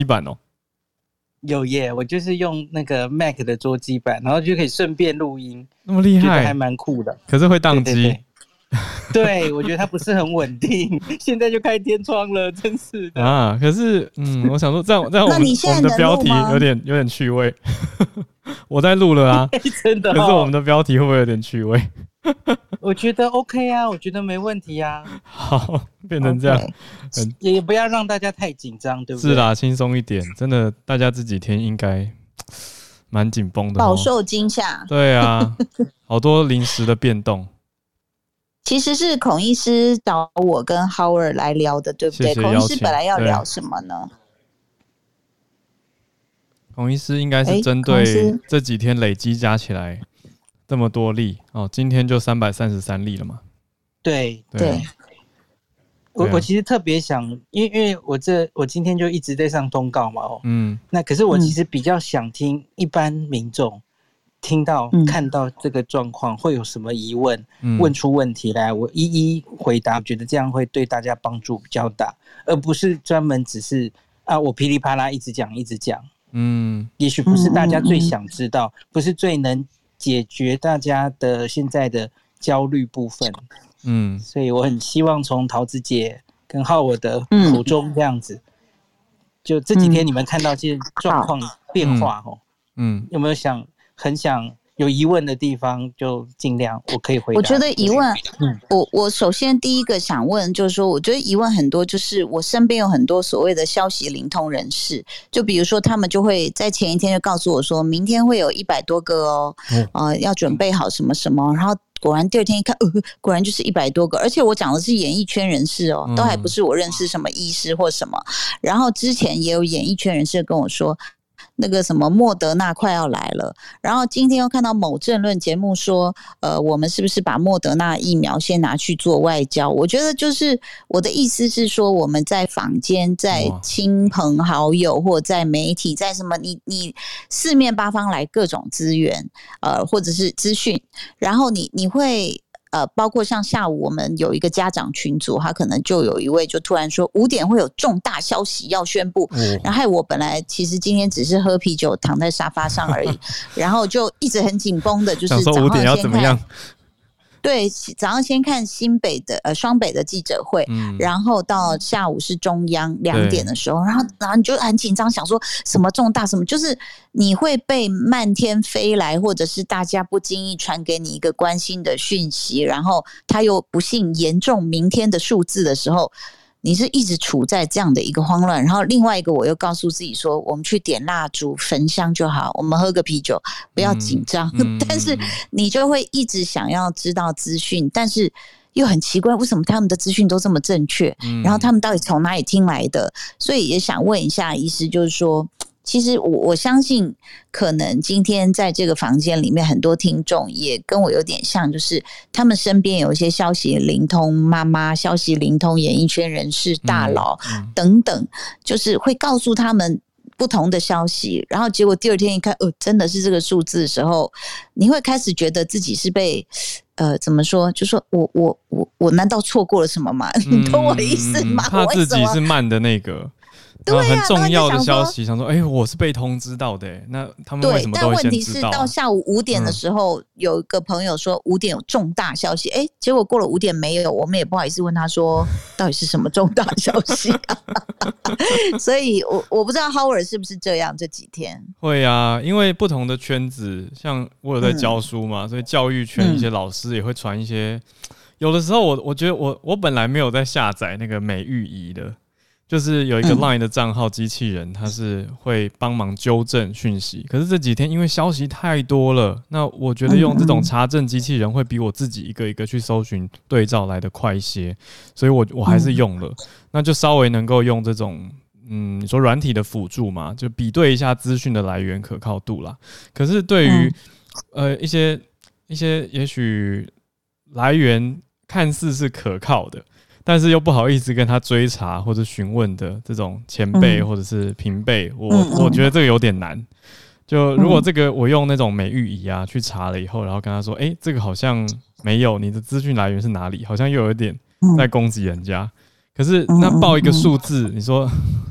板哦。 有耶，我就是用那个 Mac 的桌机版，然后就可以顺便录音， 那么厉害， 觉得还蛮酷的。 可是会宕机。 对，我觉得它不是很稳定，现在就开天窗了，真是的啊！可是，我想说，这样我们的标题有点趣味。我在录了啊， 真的、哦。 可是我们的标题会不会有点趣味？ 我觉得 OK 啊，我觉得没问题啊。 好，变成这样， 也不要让大家太紧张，对不对？ 是啦，轻松一点。真的，大家这几天应该蛮紧绷的， 饱受惊吓。 对啊，好多临时的变动。 其实是孔医师找我跟 Howard 来聊的，对不对？ 谢谢孔医师本来要聊什么呢？ 孔医师应该是针对这几天累积加起来这么多例哦，今天就333例了嘛。 对。我其实特别想，因为我今天就一直在上通告嘛，那可是我其实比较想听一般民众听到、看到这个状况会有什么疑问，问出问题来，我一一回答，我觉得这样会对大家帮助比较大，而不是专门只是我噼里啪啦一直讲，也许不是大家最想知道，不是最能解决大家的现在的焦虑部分，所以我很希望从桃子姐跟浩我的口中这样子，就这几天你们看到这些状况变化有没有很想有疑问的地方，就尽量我可以回答。 我觉得疑问，我首先第一个想问就是说，我觉得疑问很多，就是我身边有很多所谓的消息灵通人士，就比如说他们就会在前一天就告诉我说，明天会有100多个哦，要准备好什么什么，然后果然第二天一看，果然就是100多个，而且我讲的是演艺圈人士哦，都还不是我认识什么医师或什么。然后之前也有演艺圈人士跟我说，那个什么莫德纳快要来了，然后今天又看到某政论节目说，我们是不是把莫德纳疫苗先拿去做外交？我觉得就是我的意思是说，我们在坊间、在亲朋好友或在媒体、在什么你四面八方来各种资源，或者是资讯，然后你会。包括像下午我们有一个家长群组，他可能就有一位就突然说5点会有重大消息要宣布，然后害我本来其实今天只是喝啤酒躺在沙发上而已，然后就一直很紧绷的，就是早上5点要怎么样？ 对，早上先看新北的双北的记者会，然后到下午是中央2点的时候，然后你就很紧张，想说什么重大什么，就是你会被漫天飞来，或者是大家不经意传给你一个关心的讯息，然后他又不幸严重明天的数字的时候，你是一直处在这样的一个慌乱，然后另外一个我又告诉自己说，我们去点蜡烛焚香就好，我们喝个啤酒，不要紧张，但是你就会一直想要知道资讯，但是又很奇怪，为什么他们的资讯都这么正确，然后他们到底从哪里听来的，所以也想问一下医师，就是说其实我相信可能今天在这个房间里面很多听众也跟我有点像，就是他们身边有一些消息灵通妈妈、消息灵通演艺圈人士大佬等等，就是会告诉他们不同的消息，然后结果第二天一看真的是这个数字的时候，你会开始觉得自己是被怎么说，就说我难道错过了什么吗？你懂我的意思吗？ 怕自己是慢的那个， 对啊， 很重要的消息，想说，我是被通知到的，那他们为什么都会先知道？但问题是到下午5点的时候，有一个朋友说5点有重大消息，结果过了5点没有，我们也不好意思问他说到底是什么重大消息所以我不知道 Howard 是不是这样这几天。 会啊，因为不同的圈子，像我有在教书嘛，所以教育圈一些老师也会传一些，有的时候我觉得我本来没有在下载那个美育仪的。就是有一个 LINE 的账号机器人，它是会帮忙纠正讯息。可是这几天因为消息太多了，那我觉得用这种查证机器人会比我自己一个一个去搜寻对照来的快一些，所以我还是用了。那就稍微能够用这种你说软体的辅助嘛，就比对一下资讯的来源可靠度啦。可是对于一些也许来源看似是可靠的。但是又不好意思跟他追查或者询问的这种前辈或者是平辈，我觉得这个有点难。就如果这个我用那种美育仪去查了以后，然后跟他说，这个好像没有，你的资讯来源是哪里？好像又有一点在攻击人家。可是那报一个数字，你说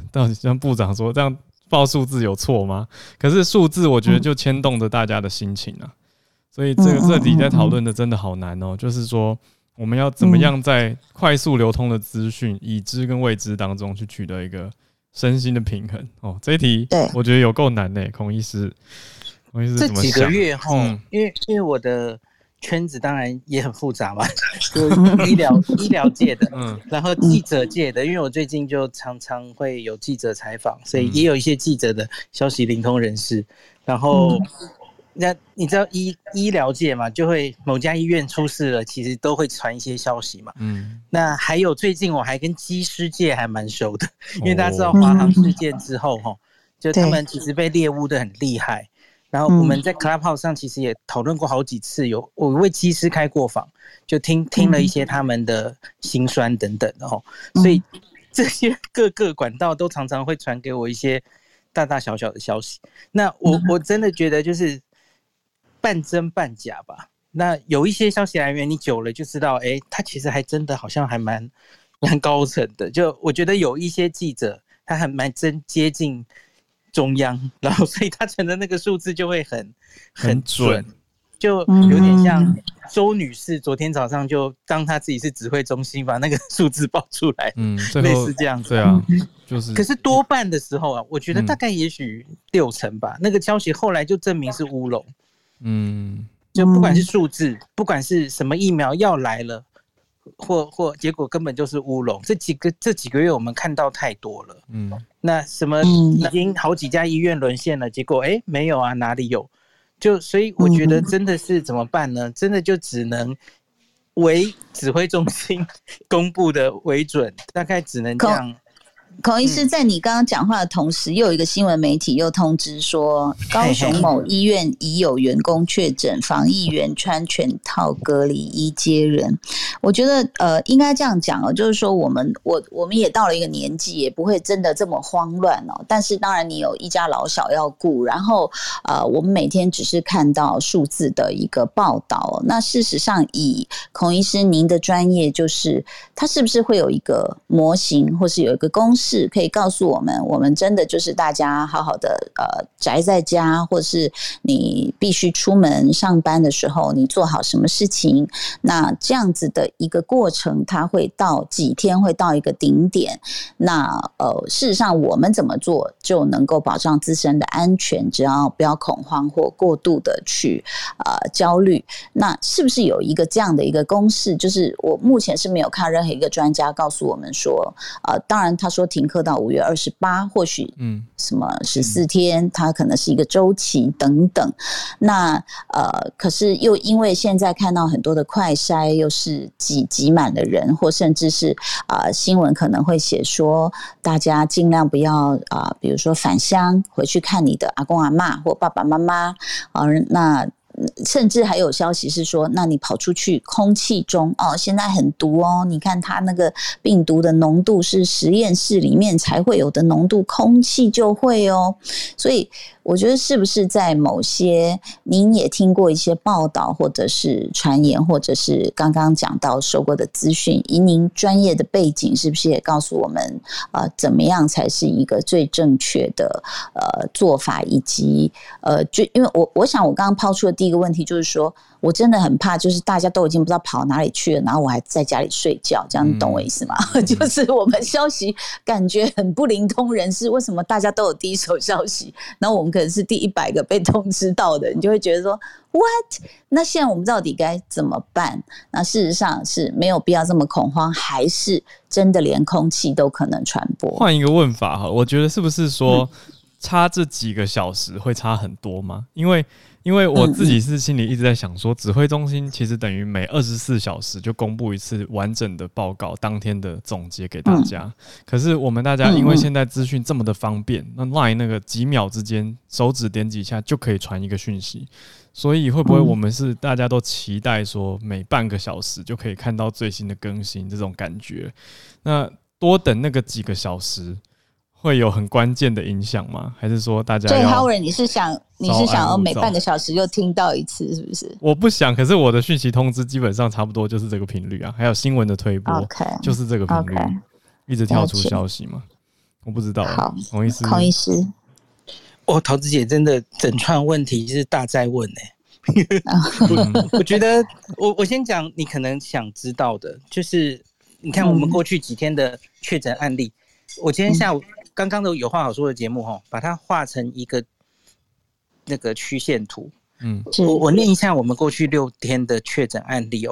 到底像部长说这样报数字有错吗？可是数字我觉得就牵动着大家的心情啊，所以这里在讨论的真的好难哦，就是说我们要怎么样在快速流通的资讯、已知跟未知当中去取得一个身心的平衡哦。这一题我觉得有够难的，孔医师这几个月因为我的圈子当然也很复杂嘛，就医疗界的，然后记者界的，因为我最近就常常会有记者采访，所以也有一些记者的消息灵通人士。然后，那你知道医疗界嘛，就会某家医院出事了，其实都会传一些消息嘛。那还有最近我还跟机师界还蛮熟的，因为大家知道华航事件之后就他们其实被猎巫的很厉害。然后我们在 Clubhouse 上其实也讨论过好几次，我为机师开过访，就听了一些他们的辛酸等等的所以这些各个管道都常常会传给我一些大大小小的消息。那我真的觉得就是半真半假吧。那有一些消息来源你久了就知道，他其实还真的好像还蛮高层的。就我觉得有一些记者他还蛮真接近中央，然后所以他传的那个数字就会很准，就有点像周女士昨天早上就当她自己是指挥中心把那个数字报出来，类似这样子。 对啊，就是。 可是多半的时候啊，我觉得大概也许60%吧，那个消息后来就证明是乌龙。就不管是数字，不管是什么疫苗要来了。或结果根本就是乌龙，这几个月我们看到太多了。那什么已经好几家医院沦陷了，结果没有啊，哪里有？所以我觉得真的是怎么办呢？真的就只能为指挥中心公布的为准，大概只能这样。 孔医师，在你刚刚讲话的同时，又有一个新闻媒体又通知说，高雄某医院已有员工确诊，防疫员穿全套隔离衣接人。我觉得应该这样讲就是说我们也到了一个年纪，也不会真的这么慌乱但是当然你有一家老小要顾，然后我们每天只是看到数字的一个报道。那事实上，以孔医师您的专业，就是它是不是会有一个模型，或是有一个公式？可以告诉我们真的就是大家好好的宅在家，或是你必须出门上班的时候，你做好什么事情？那这样子的一个过程，它会到几天会到一个顶点？那事实上我们怎么做就能够保障自身的安全？只要不要恐慌或过度的去焦虑，那是不是有一个这样的一个公式？就是我目前是没有看任何一个专家告诉我们说，当然他说停课到5月28，或许什么14天，它可能是一个周期等等。那可是又因为现在看到很多的快筛，又是挤满了人，或甚至是新闻可能会写说，大家尽量不要比如说返乡回去看你的阿公阿嬷或爸爸妈妈那甚至还有消息是说，那你跑出去空气中现在很毒你看它那个病毒的浓度是实验室里面才会有的浓度，空气就会所以我觉得是不是在某些您也听过一些报道，或者是传言，或者是刚刚讲到收过的资讯，以您专业的背景，是不是也告诉我们怎么样才是一个最正确的做法，以及就因为我想我刚刚抛出的第一个问题就是说，我真的很怕就是大家都已经不知道跑哪里去了，然后我还在家里睡觉，这样你懂我意思吗？就是我们消息感觉很不灵通人士，为什么大家都有第一手消息，然后我们可能是第100个被通知到的，你就会觉得说 what？ 那现在我们到底该怎么办？那事实上是没有必要这么恐慌，还是真的连空气都可能传播？ 换一个问法哈，我觉得是不是说差这几个小时会差很多吗？因为我自己是心里一直在想说，指挥中心其实等于每24小时就公布一次完整的报告，当天的总结给大家。可是我们大家因为现在资讯这么的方便，那 LINE 那个几秒之间手指点几下就可以传一个讯息，所以会不会我们是大家都期待说每半个小时就可以看到最新的更新这种感觉？那多等那个几个小时会有很关键的影响吗？还是说大家要？ 所以 Howard 你是想要每半个小时就听到一次，是不是？ 我不想，可是我的讯息通知基本上差不多就是这个频率啊，还有新闻的推播就是这个频率，一直跳出消息嘛。 我不知道。 好， 孔医师， 桃子姐真的整串问题是大在问我觉得我先讲你可能想知道的，就是你看我们过去几天的确诊案例，我今天下午刚刚的有话好说的节目把它画成一个那个曲线图。我念一下我们过去6天的确诊案例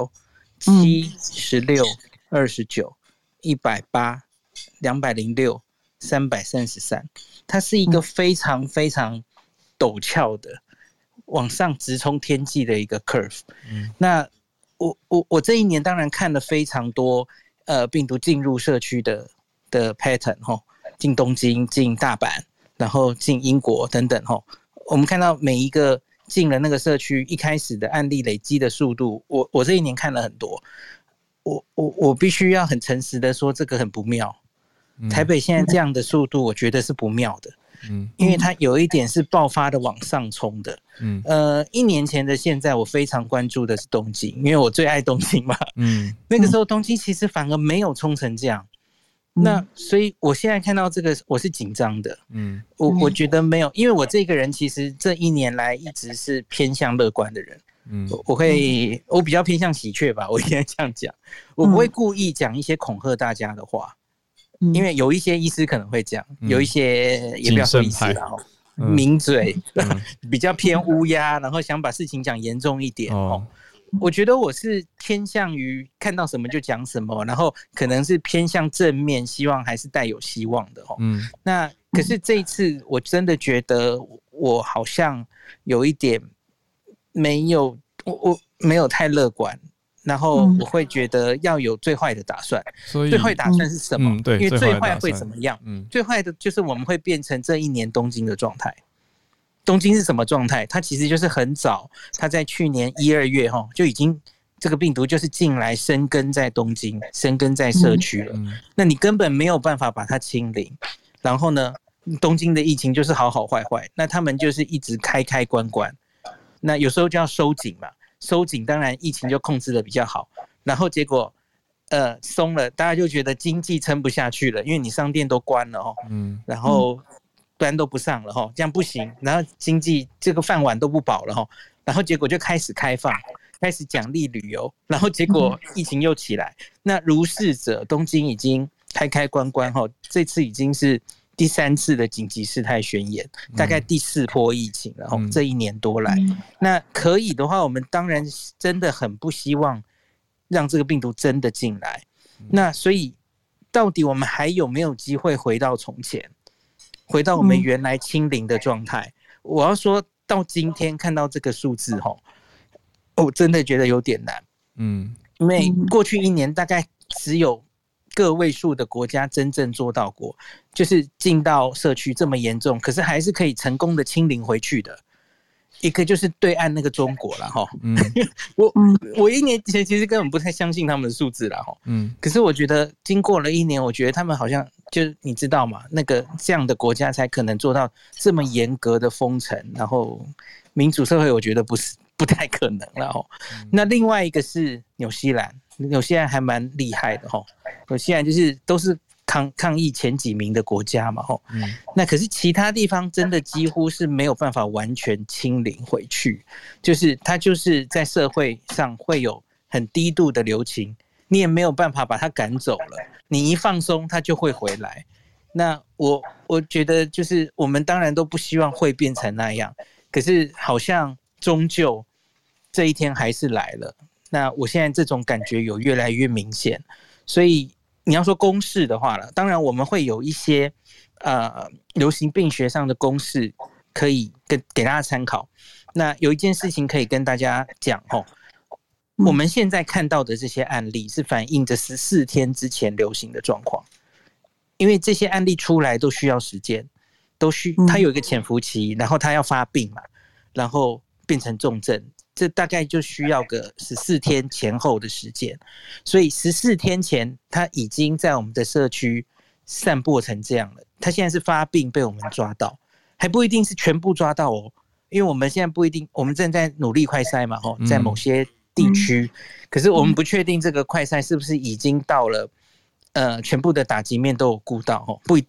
7、16、29、180、206、333，它是一个非常非常陡峭的往上直冲天际的一个 curve。那我这一年当然看了非常多病毒进入社区的 pattern 进东京、进大阪，然后进英国等等我们看到每一个进了那个社区一开始的案例累积的速度，我这一年看了很多，我必须要很诚实的说，这个很不妙。台北现在这样的速度，我觉得是不妙的。因为它有一点是爆发的往上冲的。1年前的现在，我非常关注的是东京，因为我最爱东京嘛。那个时候东京其实反而没有冲成这样。那所以我现在看到这个，我是紧张的。我觉得没有，因为我这个人其实这1年来一直是偏向乐观的人。我比较偏向喜鹊吧，我应该这样讲。我不会故意讲一些恐吓大家的话。因为有一些医师可能会这样，有一些也不要说医师啦，名嘴比较偏乌鸦，然后想把事情讲严重一点。我觉得我是偏向于看到什么就讲什么，然后可能是偏向正面，希望还是带有希望的。那可是这一次我真的觉得我好像有一点没有，我没有太乐观。然后我会觉得要有最坏的打算。最坏打算是什么？ 对， 因为最坏会怎么样？最坏的就是我们会变成这1年东京的状态。东京是什么状态？它其实就是很早，它在去年1、2月就已经这个病毒就是进来生根在东京，生根在社区了。那你根本没有办法把它清零。然后呢，东京的疫情就是好好坏坏，那他们就是一直开关。那有时候就要收紧嘛。收紧，当然疫情就控制的比较好，然后结果松了，大家就觉得经济撑不下去了，因为你商店都关了然后班都不上了这样不行，然后经济这个饭碗都不保了然后结果就开始开放，开始奖励旅游，然后结果疫情又起来。那如是者，东京已经开关这次已经是第3次的紧急事态宣言，大概第4波疫情了这1年多来。那可以的话，我们当然真的很不希望让这个病毒真的进来。那所以到底我们还有没有机会回到从前，回到我们原来清零的状态？我要说到今天看到这个数字我真的觉得有点难。因为过去1年大概只有个位数的国家真正做到过，就是进到社区这么严重，可是还是可以成功的清零回去的。一个就是对岸那个中国啦我1年前其实根本不太相信他们的数字啦可是我觉得经过了1年，我觉得他们好像就你知道嘛，那个这样的国家才可能做到这么严格的封城，然后民主社会我觉得不太可能了那另外一个是纽西兰还蛮厉害的纽西兰就是都是抗疫前几名的国家嘛那可是其他地方真的几乎是没有办法完全清零回去，就是它就是在社会上会有很低度的流行，你也没有办法把它赶走了，你一放松它就会回来。那我觉得就是我们当然都不希望会变成那样，可是好像终究这一天还是来了。那我现在这种感觉有越来越明显，所以你要说公式的话了，当然我们会有一些流行病学上的公式可以给大家参考。那有一件事情可以跟大家讲我们现在看到的这些案例是反映着14天之前流行的状况，因为这些案例出来都需要时间，它有一个潜伏期，然后它要发病嘛，然后变成重症，这大概就需要个14天前后的时间。所以14天前它已经在我们的社区散播成这样了，它现在是发病被我们抓到，还不一定是全部抓到因为我们现在不一定，我们正在努力快筛嘛在某些地区，可是我们不确定这个快筛是不是已经到了全部的打击面都有顾到不一定。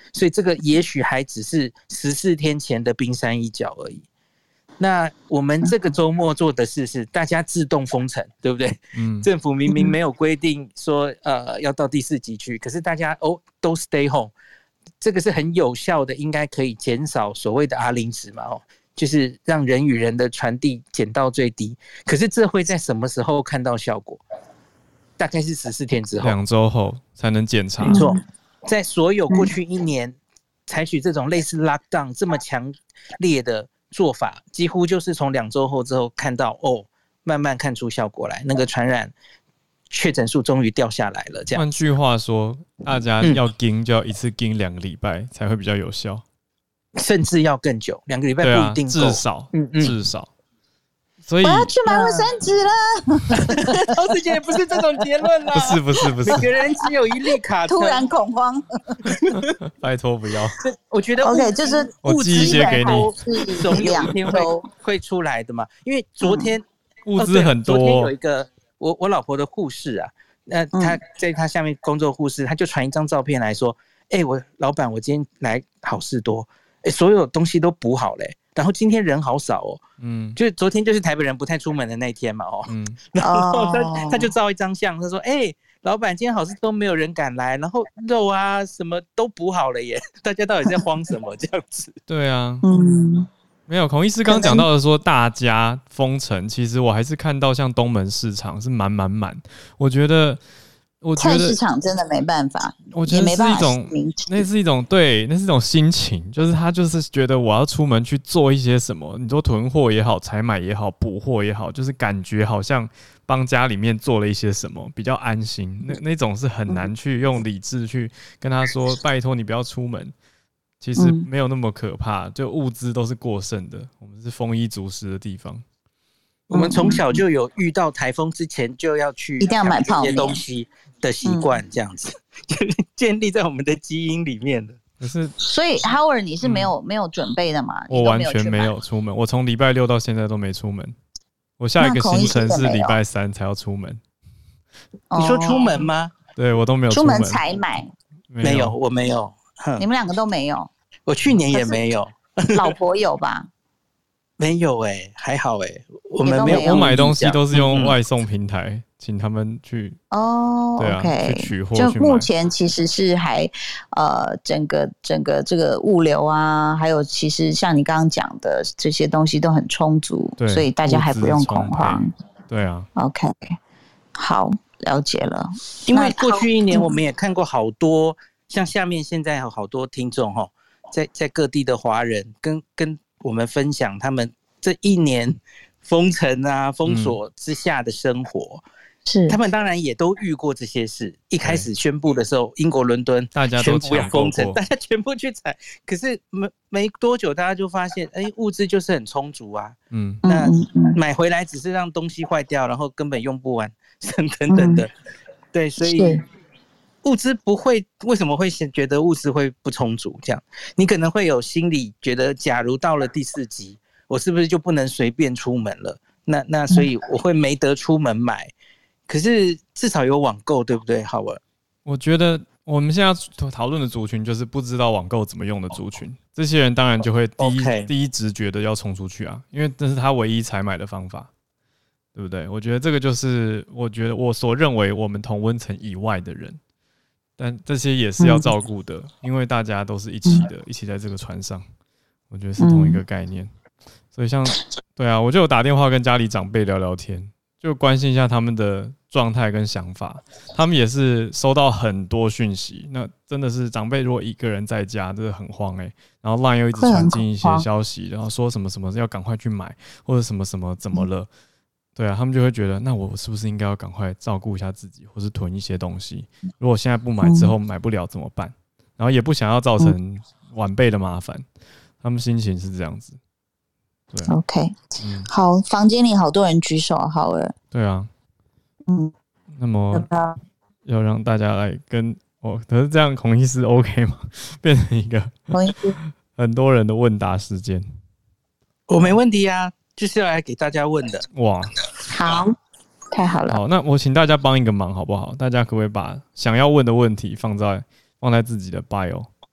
所以这个也许还只是14天前的冰山一角而已。那我们这个周末做的事是大家自动封城，对不对？政府明明没有规定说要到第4级去，可是大家都 stay home， 这个是很有效的，应该可以减少所谓的R0值嘛，就是让人与人的传递减到最低。可是这会在什么时候看到效果？大概是14天之后， 2周后才能检查。 没错，在所有过去1年采取这种类似 lockdown 这么强烈的做法，几乎就是从2周后之后看到慢慢看出效果来，那个传染确诊数终于掉下来了。这样， 换句话说，大家要盯就要一次盯2个礼拜才会比较有效， 甚至要更久，2个礼拜不一定够， 至少，至少。所以我要去买卫生纸了。 陶子姐也不是这种结论啦， 不是， 每个人只有1粒卡层。 突然恐慌， 拜托不要。 我觉得 OK， 就是我寄一些给你， 总有一天会出来的嘛。因为昨天物资很多， 昨天有一个我老婆的护士啊，她在她下面工作护士，她就传一张照片来说，我老板我今天来好事多，所有东西都补好了，然后今天人好少哦，就是昨天就是台北人不太出门的那天嘛，然后他就照一张相，他说，老板今天好事都没有人敢来，然后肉啊什么都补好了耶，大家到底在慌什么这样子？ 对啊，没有，孔医师刚讲到的说大家封城，其实我还是看到像东门市场是满，我觉得菜市场真的没办法， 我觉得是一种，那是一种心情，就是他就是觉得我要出门去做一些什么，你说囤货也好，采买也好，补货也好，就是感觉好像帮家里面做了一些什么，比较安心。那种是很难去用理智去跟他说，拜托你不要出门。其实没有那么可怕，就物资都是过剩的，我们是丰衣足食的地方。 我们从小就有遇到台风之前就要去一定要买泡面东西的习惯，这样子就是建立在我们的基因里面的。 可是， 所以 Howard 你是没有准备的吗？ 我完全没有出门，我从礼拜6到现在都没出门。我下一个行程是礼拜3才要出门。 你说出门吗？ 对，我都没有出门采买， 没有，我没有。 你们2个都没有， 我去年也没有。 老婆有吧？ 没有还好我们没有。 我买东西都是用外送平台，请他们去对啊 OK 去取货。 就目前其实是还整个这个物流啊，还有其实像你刚刚讲的这些东西都很充足，所以大家还不用恐慌。 对啊 OK 好，了解了。 因为过去1年我们也看过好多。像下面现在有好多听众在各地的华人跟我们分享他们这1年封城啊封锁之下的生活，他们当然也都遇过这些事。一开始宣布的时候，英国伦敦大家都宣布要封城，大家全部去采，可是没多久大家就发现，物资就是很充足啊，那买回来只是让东西坏掉，然后根本用不完，等等的，对，所以。物资不会，为什么会觉得物资会不充足？这样，你可能会有心理觉得，假如到了第4级，我是不是就不能随便出门了？那所以我会没得出门买。可是至少有网购，对不对？好了， 我觉得我们现在讨论的族群就是不知道网购怎么用的族群，这些人当然就会第一直觉的要冲出去啊，因为这是他唯一采买的方法，对不对？我觉得这个就是我所认为我们同温层以外的人。但这些也是要照顾的，因为大家都是一起的，一起在这个船上，我觉得是同一个概念。所以对啊，我就有打电话跟家里长辈聊聊天，就关心一下他们的状态跟想法。他们也是收到很多讯息，那真的是长辈如果一个人在家，真的很慌然后 LINE 又一直传进一些消息，然后说什么什么要赶快去买，或者什么什么怎么了。对啊，他们就会觉得，那我是不是应该要赶快照顾一下自己，或是囤一些东西？如果现在不买，之后买不了怎么办？然后也不想要造成晚辈的麻烦，他们心情是这样子。对啊 ，OK，好，房间里好多人举手，好了。 对啊，那么要让大家来跟可是这样孔医师 OK 吗？变成一个很多人的问答时间， 我没问题啊。就是要来给大家问的。 哇， 好，太好了。 好，那我请大家帮一个忙好不好？大家可不可以把想要问的问题放在自己的 bio，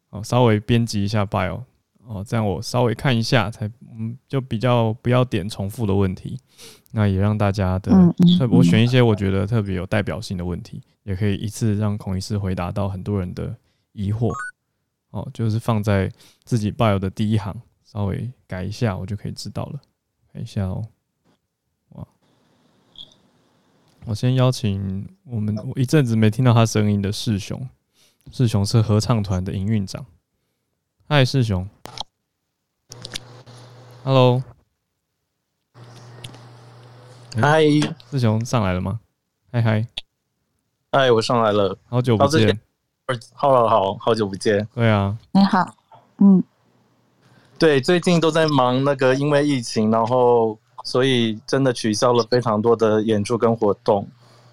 稍微编辑一下 bio 这样我稍微看一下就比较不要点重复的问题，那也让大家的我选一些我觉得特别有代表性的问题，也可以一次让孔医师回答到很多人的疑惑就是放在自己 bio 的第一行，稍微改一下我就可以知道了。看一下哇，我先邀请我一阵子没听到他声音的世雄，世雄是合唱团的营运长。嗨，世雄 ，Hello， 嗨， 世雄上来了吗？嗨， 我上来了， 好久不见。 好久不见。 对啊， 你好， 对，最近都在忙那个，因为疫情，然后所以真的取消了非常多的演出跟活动。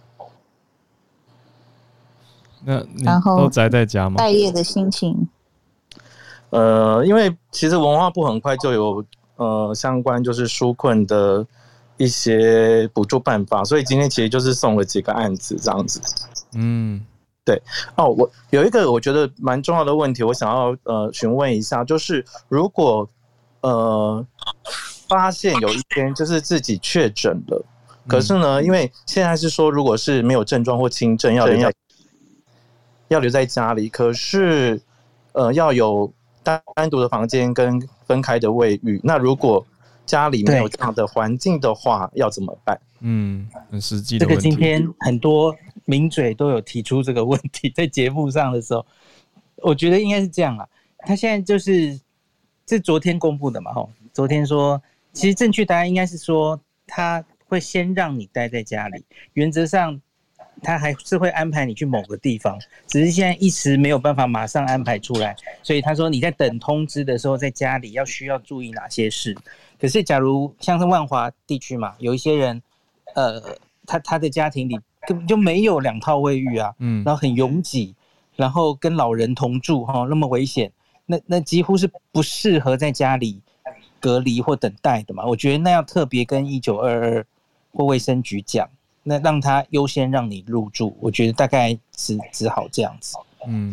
那你都宅在家吗？ 待业的心情。 因为其实文化部很快就有相关就是纾困的一些补助办法，所以今天其实就是送了几个案子这样子。对我有一个我觉得蛮重要的问题，我想要询问一下，就是如果发现有一天就是自己确诊了，可是呢，因为现在是说如果是没有症状或轻症要留在家里，可是要有单独的房间跟分开的卫浴，那如果家里没有这样的环境的话，要怎么办？ 很实际的问题。 这个今天很多名嘴都有提出这个问题，在节目上的时候，我觉得应该是这样啦。他现在就是这昨天公布的嘛，昨天说，其实正确答案应该是说，他会先让你待在家里，原则上他还是会安排你去某个地方，只是现在一时没有办法马上安排出来，所以他说你在等通知的时候，在家里需要注意哪些事。可是假如像是万华地区嘛，有一些人他的家庭里根本就没有2套卫浴啊，然后很拥挤，然后跟老人同住那么危险，那几乎是不适合在家里隔离或等待的嘛。我觉得那要特别跟1922或卫生局讲，那让他优先让你入住，我觉得大概只好这样子。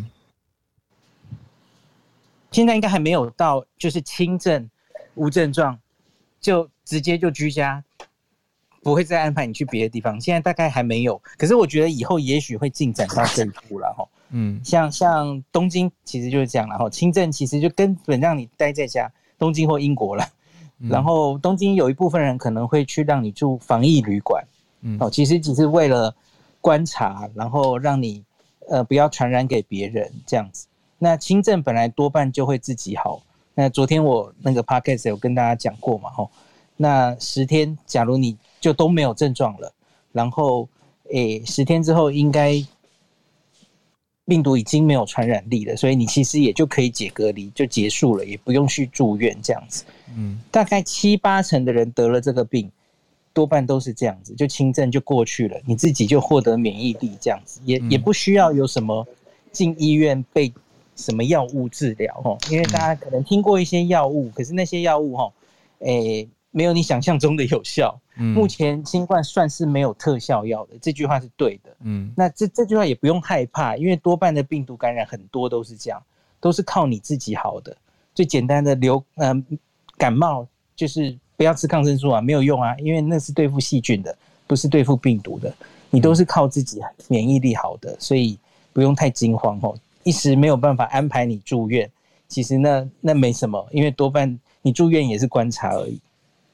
现在应该还没有到就是轻症无症状就直接就居家，不会再安排你去别的地方，现在大概还没有，可是我觉得以后也许会进展到这一步了像东京其实就是这样了轻症其实就根本让你待在家，东京或英国了然后东京有一部分人可能会去让你住防疫旅馆其实只是为了观察，然后让你不要传染给别人这样子。那轻症本来多半就会自己好，那昨天我那个 podcast 有跟大家讲过嘛那10天假如你就都没有症状了，然后10天之后应该病毒已经没有传染力了，所以你其实也就可以解隔离就结束了，也不用去住院这样子大概7-8成的人得了这个病多半都是这样子，就轻症就过去了，你自己就获得免疫力这样子，也不需要有什么进医院被什么药物治疗因为大家可能听过一些药物，可是那些药物没有你想象中的有效目前新冠算是没有特效药的，这句话是对的那这句话也不用害怕，因为多半的病毒感染很多都是这样，都是靠你自己好的。最简单的感冒就是不要吃抗生素没有用因为那是对付细菌的，不是对付病毒的，你都是靠自己免疫力好的，所以不用太惊慌一时没有办法安排你住院，其实那没什么，因为多半你住院也是观察而已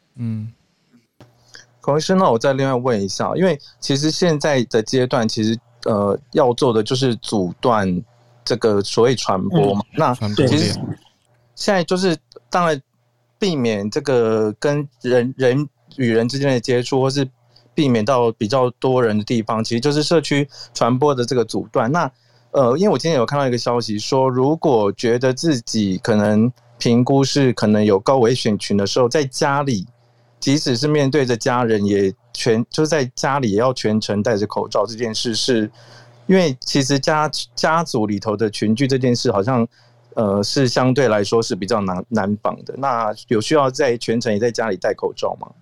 孔医师，那我再另外问一下，因为其实现在的阶段其实要做的就是阻断这个所谓传播嘛那其实现在就是当然避免这个跟人与人之间的接触，或是避免到比较多人的地方，其实就是社区传播的这个阻断。那因为我今天有看到一个消息说，如果觉得自己可能评估是可能有高危险群的时候，在家里即使是面对着家人，也就是在家里也要全程戴着口罩，这件事是因为其实家族里头的群聚这件事好像是相对来说是比较难绑的，那有需要在全程也在家里戴口罩吗？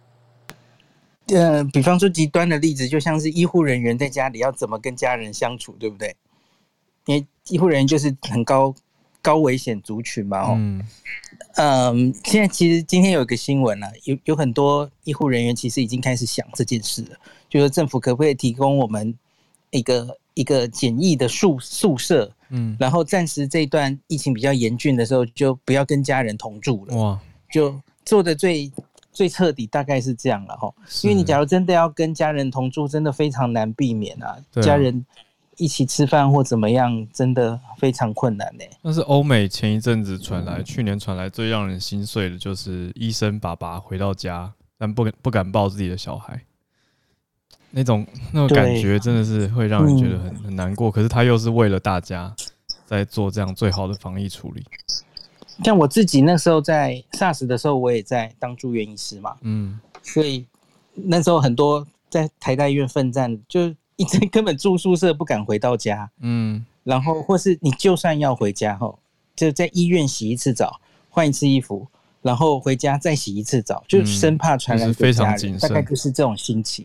比方说极端的例子，就像是医护人员在家里要怎么跟家人相处，对不对？因为医护人员就是很高高危险族群嘛，现在其实今天有一个新闻啊，有很多医护人员其实已经开始想这件事了，就是政府可不可以提供我们一个简易的宿舍，然后暂时这一段疫情比较严峻的时候，就不要跟家人同住了，哇，就做的最彻底，大概是这样了哈。因为你假如真的要跟家人同住，真的非常难避免啊，家人一起吃饭或怎么样，真的非常困难呢。 但是欧美前一阵子去年传来最让人心碎的就是医生爸爸回到家，但不敢抱自己的小孩，那种感觉真的是会让人觉得很难过。可是他又是为了大家在做这样最好的防疫处理。 像我自己那时候在 SARS 的时候，我也在当住院医师嘛，所以那时候很多在台大医院奋战，就一直根本住宿舍不敢回到家，然后或是你就算要回家后，就在医院洗一次澡，换一次衣服，然后回家再洗一次澡，就生怕传染给家人，大概就是这种心情。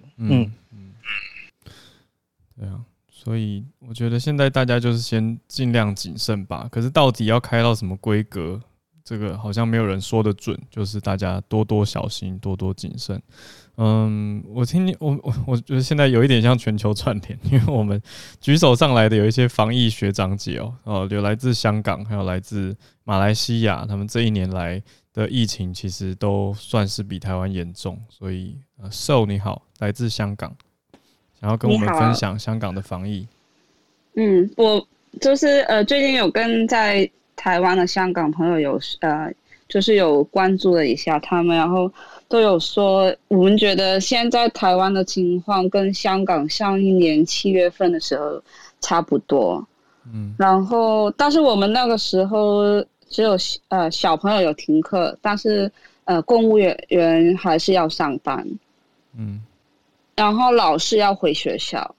对啊，所以我觉得现在大家就是先尽量谨慎吧。可是到底要开到什么规格，这个好像没有人说得准，就是大家多多小心，多多谨慎。我觉得现在有一点像全球串联，因为我们举手上来的有一些防疫学长姐有来自香港，还有来自马来西亚，他们这一年来的疫情其实都算是比台湾严重，所以寿你好，来自香港，想要跟我们分享香港的防疫。 我就是最近有跟在台湾的香港朋友就是有关注了一下他们，然后都有说，我们觉得现在台湾的情况跟香港上一年7月份的时候差不多，然后但是我们那个时候只有小朋友有停课，但是公务员还是要上班，然后老师要回学校，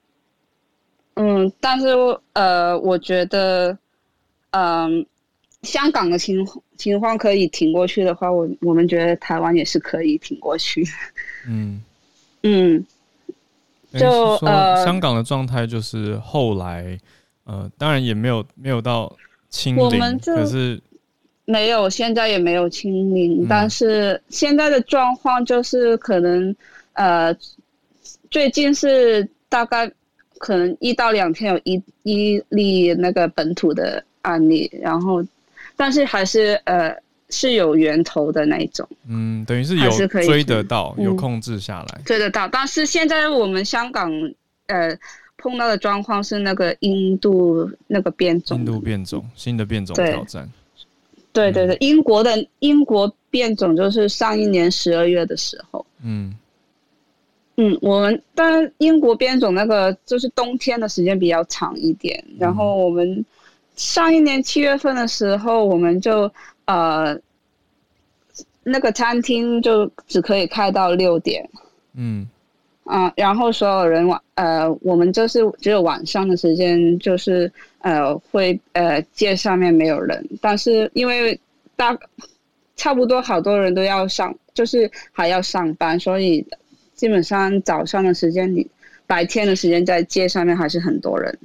但是我觉得香港的情况可以挺过去的话，我们觉得台湾也是可以挺过去。 就香港的状态就是后来当然也没有到清零，可是没有，现在也没有清零，但是现在的状况就是可能最近是大概可能1到2天有一例那个本土的案例，然后但是还是是有源头的那一种， 等于是有追得到，有控制下来， 追得到。但是现在我们香港碰到的状况是那个印度那个变种，新的变种挑战。 对，英国变种就是上一年12月的时候，我们但英国变种那个就是冬天的时间比较长一点，然后我们上一年7月份的时候，我们就那个餐厅就只可以开到6点，然后所有人我们就是只有晚上的时间，就是会街上面没有人，但是因为差不多好多人都要就是还要上班，所以基本上早上的时间白天的时间在街上面还是很多人。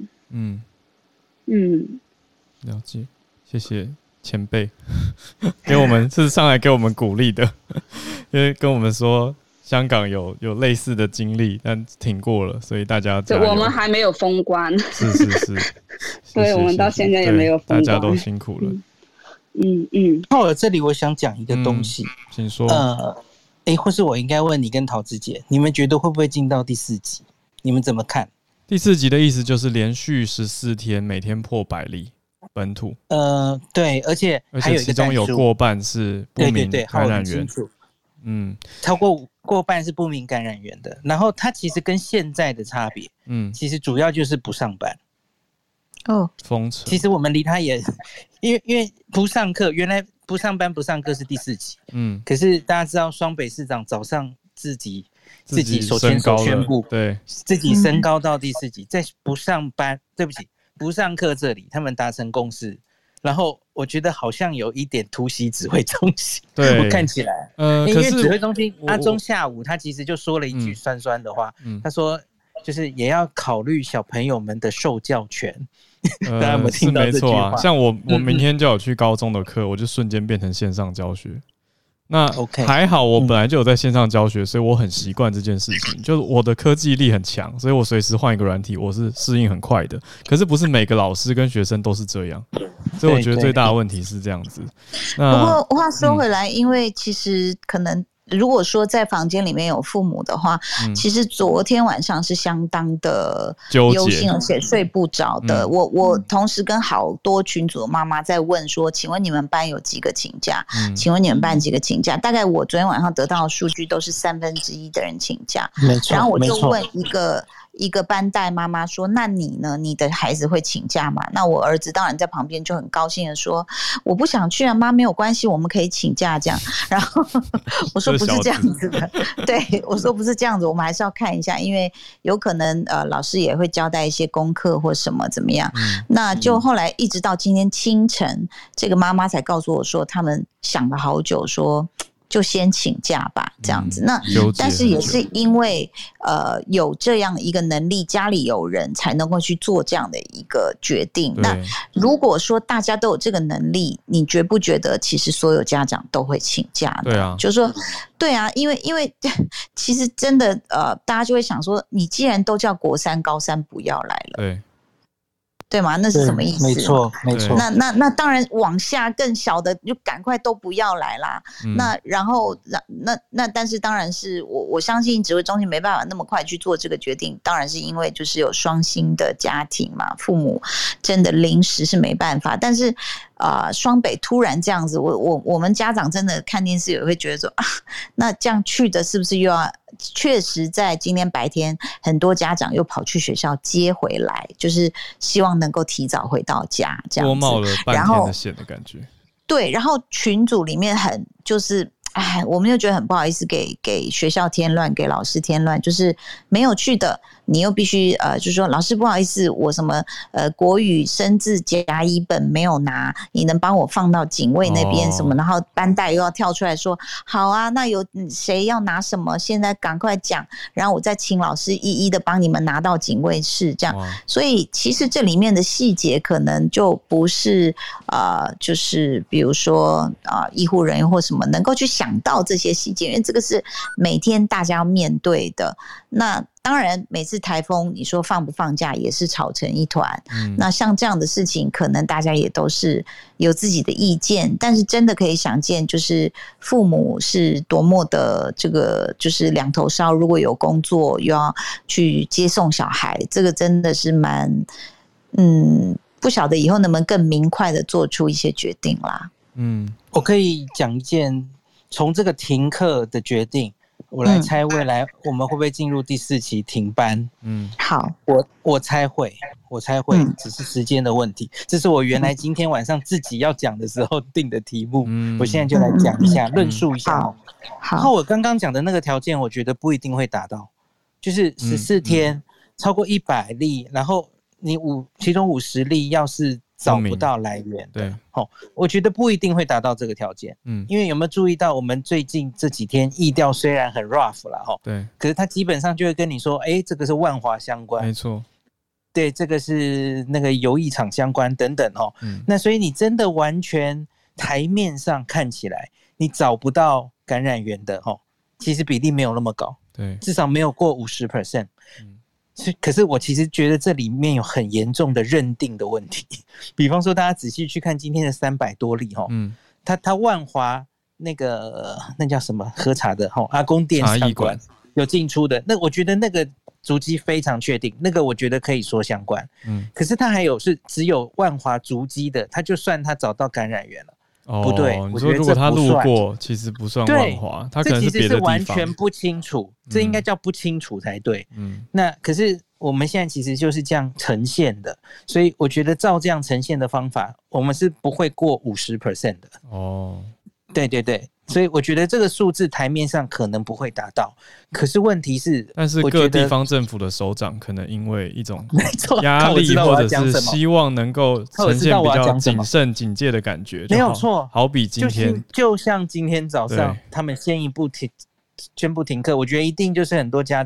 了解，谢谢前辈给我们是上来给我们鼓励的，因为跟我们说香港有类似的经历，但挺过了，所以大家加油。 我们还没有封关， 是对，我们到现在也没有封关， 大家都辛苦了。 到了这里，我想讲一个东西， 请说。 或是我应该问你跟桃子姐，你们觉得会不会进到第4集？你们怎么看？ 第4集的意思就是连续14天，每天破100例本土。 对，而且还有一个其中有过半是不明感染源。 超过半是不明感染源的。然后它其实跟现在的差别，其实主要就是不上班。 封城。 其实我们离他也，因为不上课，原来不上班不上课是第4集，可是大家知道双北市长早上自己手牵手宣布， 对， 自己升高到第4集，在不上班，对不起，不上课这里，他们达成共识，然后我觉得好像有一点突袭指挥中心， 对， 我看起来，因为指挥中心阿中下午他其实就说了一句酸酸的话，他说就是也要考虑小朋友们的受教权。大家有没有听到这句话？ 是没错啊，像我明天就有去高中的课，我就瞬间变成线上教学。那还好，我本来就有在线上教学，所以我很习惯这件事情。就是我的科技力很强，所以我随时换一个软体，我是适应很快的。可是不是每个老师跟学生都是这样，所以我觉得最大的问题是这样子。 不过话说回来，因为其实可能如果说在房间里面有父母的话，其实昨天晚上是相当的忧心，而且睡不着的。我同时跟好多群组的妈妈在问说，请问你们班有几个请假？请问你们班几个请假？大概我昨天晚上得到的数据都是1/3的人请假。然后我就问一个班代妈妈说：“那你呢？你的孩子会请假吗？”那我儿子当然在旁边就很高兴的说：“我不想去啊，妈没有关系，我们可以请假这样。”然后我说：“不是这样子的，对我说不是这样子，我们还是要看一下，因为有可能老师也会交代一些功课或什么怎么样。”那就后来一直到今天清晨，这个妈妈才告诉我说，他们想了好久说。就先请假吧，这样子。那但是也是因为有这样一个能力，家里有人才能够去做这样的一个决定。那如果说大家都有这个能力，你觉不觉得其实所有家长都会请假呢？ 对啊， 就是说，对啊，因为其实真的大家就会想说，你既然都叫国3、高3不要来了，对吗？那是什么意思？ 没错，没错。 那当然，往下更小的就赶快都不要来啦。那然后但是当然是我相信指挥中心没办法那么快去做这个决定，当然是因为就是有双薪的家庭嘛，父母真的临时是没办法。但是双北突然这样子，我们家长真的看电视也会觉得说啊，那这样去的是不是又要？确实在今天白天，很多家长又跑去学校接回来，就是希望能够提早回到家，这样子。 多冒了半天的险的感觉。 对，然后群组里面很就是。我们又觉得很不好意思给学校添乱，给老师添乱，就是没有去的，你又必须就是说老师不好意思，我什么国语生字甲乙本没有拿，你能帮我放到警卫那边什么？然后班代又要跳出来说好啊，那有谁要拿什么，现在赶快讲，然后我再请老师一一的帮你们拿到警卫室，这样。所以其实这里面的细节可能就不是就是比如说医护人员或什么能够去想到这些细节，因为这个是每天大家要面对的。那当然每次台风你说放不放假也是吵成一团，那像这样的事情可能大家也都是有自己的意见，但是真的可以想见就是父母是多么的这个就是两头烧，如果有工作又要去接送小孩，这个真的是蛮不晓得以后能不能更明快的做出一些决定啦。 我可以讲一件从这个停课的决定，我来猜未来我们会不会进入第4期停班？ 好， 我猜会，只是时间的问题。这是我原来今天晚上自己要讲的时候定的题目，我现在就来讲一下，论述一下。好，然后我刚刚讲的那个条件，我觉得不一定会达到，就是14天超过100例，然后你其中50例要是找不到来源，对，我觉得不一定会达到这个条件。因为有没有注意到，我们最近这几天疫调虽然很 rough 啦，对，可是他基本上就会跟你说，这个是万华相关， 没错， 对，这个是那个游艺场相关等等那所以你真的完全台面上看起来，你找不到感染源的其实比例没有那么高，对，至少没有过50%。可是我其实觉得这里面有很严重的认定的问题，比方说大家仔细去看今天的300多例他万华那叫什么喝茶的阿公店相关有进出的，那我觉得那个足迹非常确定，那个我觉得可以说相关。可是他还有是只有万华足迹的，他就算他找到感染源了。不对， 我觉得如果他路过其实不算万华，他可能是别的地方，这其实是完全不清楚，这应该叫不清楚才对。那可是我们现在其实就是这样呈现的，所以我觉得照这样呈现的方法，我们是不会过50% 的。对对对，所以我觉得这个数字台面上可能不会达到，可是问题是， 但是各地方政府的首长可能因为一种压力或者是希望能够呈现比较谨慎警戒的感觉， 没有错。 好比今天， 就像今天早上他们先一步宣布停课，我觉得一定就是很多家长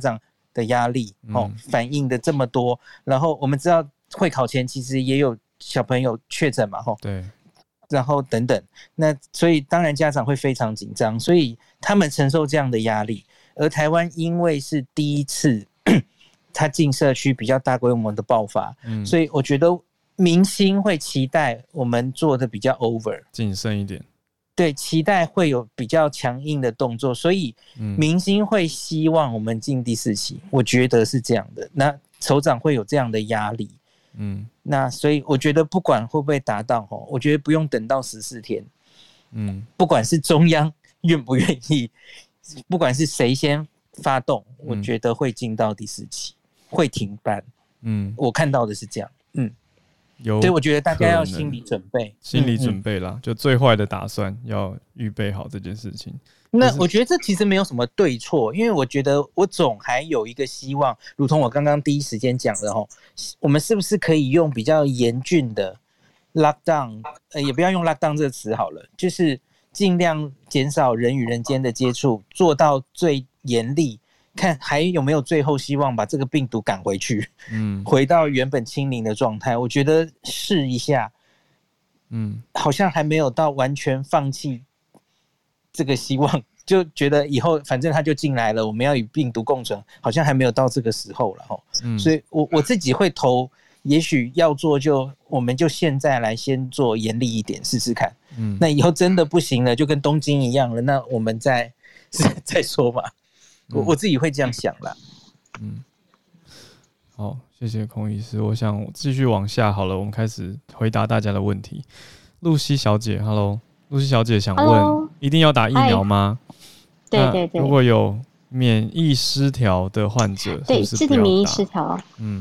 的压力反应的这么多，然后我们知道会考前其实也有小朋友确诊嘛， 对， 然后等等，那所以当然家长会非常紧张，所以他们承受这样的压力，而台湾因为是第一次他进社区比较大规模的爆发，所以我觉得明星会期待我们做的比较 over 谨慎一点， 对，期待会有比较强硬的动作，所以明星会希望我们进第4期，我觉得是这样的。那首长会有这样的压力，那所以我觉得不管会不会达到，我觉得不用等到14天，不管是中央愿不愿意，不管是谁先发动，我觉得会进到第4期，会停班，我看到的是这样，所以我觉得大家要心理准备， 啦，就最坏的打算要预备好这件事情。 那我觉得这其实没有什么对错，因为我觉得我总还有一个希望，如同我刚刚第一时间讲的我们是不是可以用比较严峻的 lockdown，也不要用 lockdown 这个词好了，就是尽量减少人与人间的接触，做到最严厉，看还有没有最后希望把这个病毒赶回去，回到原本清零的状态。我觉得试一下，好像还没有到完全放弃这个希望，就觉得以后反正他就进来了，我们要与病毒共存，好像还没有到这个时候了所以我自己会投，也许要做我们就现在来先做严厉一点试试看，那以后真的不行了，就跟东京一样了，那我们再说吧。我自己会这样想啦。 好，谢谢孔医师。我想继续往下好了，我们开始回答大家的问题。露西小姐 ，Hello， 露西小姐想问，Hello? 一定要打疫苗吗？ 对， 如果有免疫失调的患者， 对， 是不是肢体免疫失调，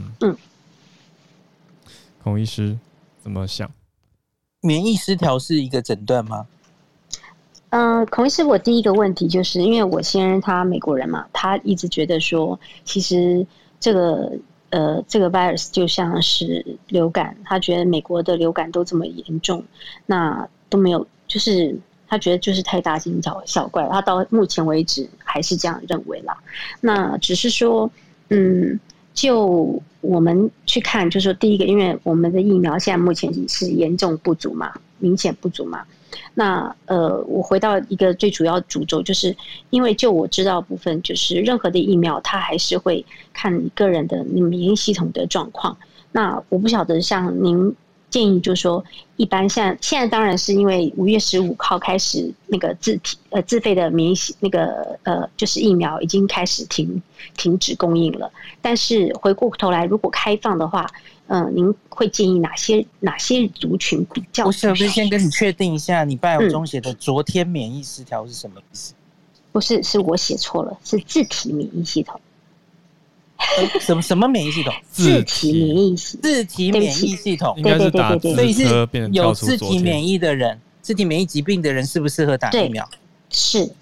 孔医师怎么想？ 免疫失调是一个诊断吗？ 孔医师，我第一个问题就是因为我先生他美国人嘛，他一直觉得说，其实这个 virus 就像是流感，他觉得美国的流感都这么严重，那都没有，就是他觉得就是太大惊小怪，他到目前为止还是这样认为啦。那只是说，就我们去看，就是说第一个，因为我们的疫苗现在目前是严重不足嘛，明显不足嘛。那我回到一个最主要主轴，就是因为就我知道的部分，就是任何的疫苗它还是会看你个人的免疫系统的状况。那我不晓得像您建议，就是说一般现在当然是因为5月15号开始那个自费的免疫那个就是疫苗已经开始停止供应了，但是回过头来如果开放的话。您会建议哪些族群比较？ 我想先跟你确定一下，你bio中写的昨天免疫失调是什么意思？ 不是，是我写错了，是自体免疫系统。 什么免疫系统？ 自体免疫系统， 应该是打对， 所以是有自体免疫的人，自体免疫疾病的人适不适合打疫苗？ 是。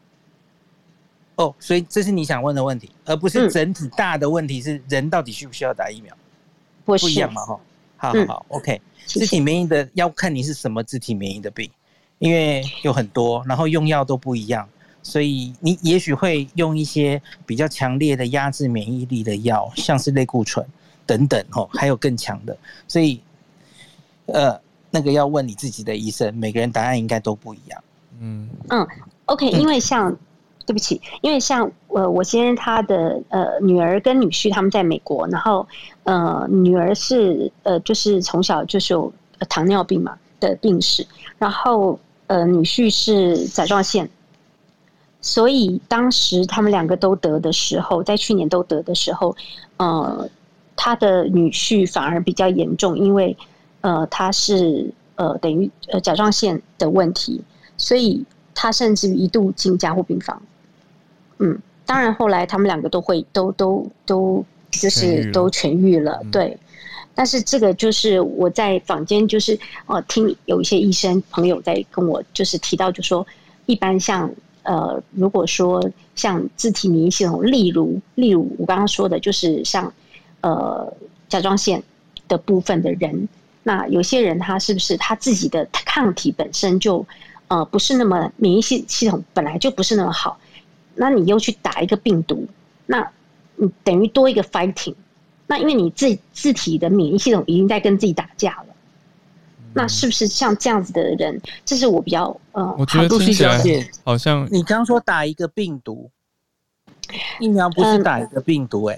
所以这是你想问的问题，而不是整体大的问题是人到底需不需要打疫苗？不一样嘛，好 ，OK。自体免疫的要看你是什么自体免疫的病，因为有很多，然后用药都不一样，所以你也许会用一些比较强烈的压制免疫力的药，像是类固醇等等还有更强的，所以那个要问你自己的医生，每个人答案应该都不一样。 OK， 因为像。对不起，因为像我先生他的女儿跟女婿他们在美国，然后女儿是就是从小就是有糖尿病嘛的病史，然后女婿是甲状腺，所以当时他们两个都得的时候，在去年都得的时候，他的女婿反而比较严重，因为他是等于甲状腺的问题，所以他甚至于一度进加护病房。当然后来他们两个都就是都痊愈了，对。但是这个就是我在坊間就是听有一些医生朋友在跟我就是提到，就说一般像如果说像自体免疫系统，例如我刚刚说的，就是像甲状腺的部分的人，那有些人他是不是他自己的抗体本身就不是那么免疫系统本来就不是那么好。那你又去打一个病毒，那等于多一个 fighting。那因为你自体的免疫系统已经在跟自己打架了，那是不是像这样子的人，这是我比较我觉得听起来好像你刚刚说打一个病毒，疫苗不是打一个病毒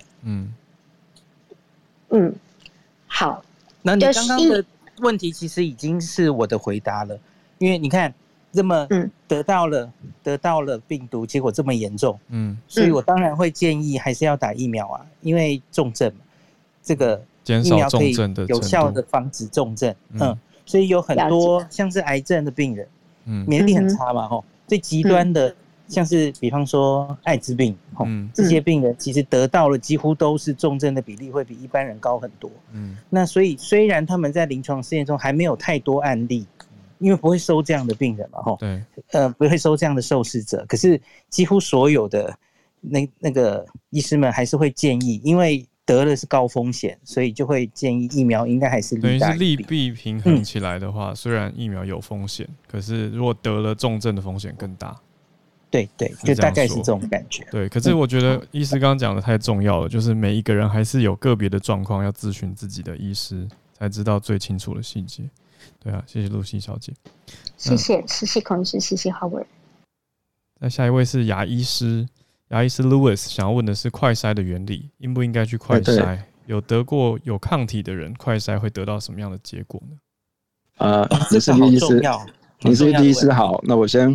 好。 那你刚刚的问题其实已经是我的回答了，因为你看这么得到了病毒，结果这么严重，所以我当然会建议还是要打疫苗啊，因为重症嘛，这个疫苗可以有效的防止重症，所以有很多像是癌症的病人，免疫力很差嘛，最极端的像是比方说艾滋病，这些病人其实得到了几乎都是重症的比例会比一般人高很多，那所以虽然他们在临床试验中还没有太多案例，因为不会收这样的病人嘛， 对， 不会收这样的受试者，可是几乎所有的那个医师们还是会建议，因为得了是高风险，所以就会建议疫苗应该还是利大于弊。等于是利弊平衡起来的话，虽然疫苗有风险，可是如果得了重症的风险更大。 对对，就大概是这种感觉。 对，可是我觉得医师刚刚讲的太重要了，就是每一个人还是有个别的状况要咨询自己的医师，才知道最清楚的细节。对啊，谢谢露西小姐。 谢谢孔医师，谢谢 Howard。 那下一位是牙医师 Louis， 想要问的是快筛的原理，应不应该去快筛？有得过有抗体的人，快筛会得到什么样的结果呢？ 你是第一师，你是第一师好，那我先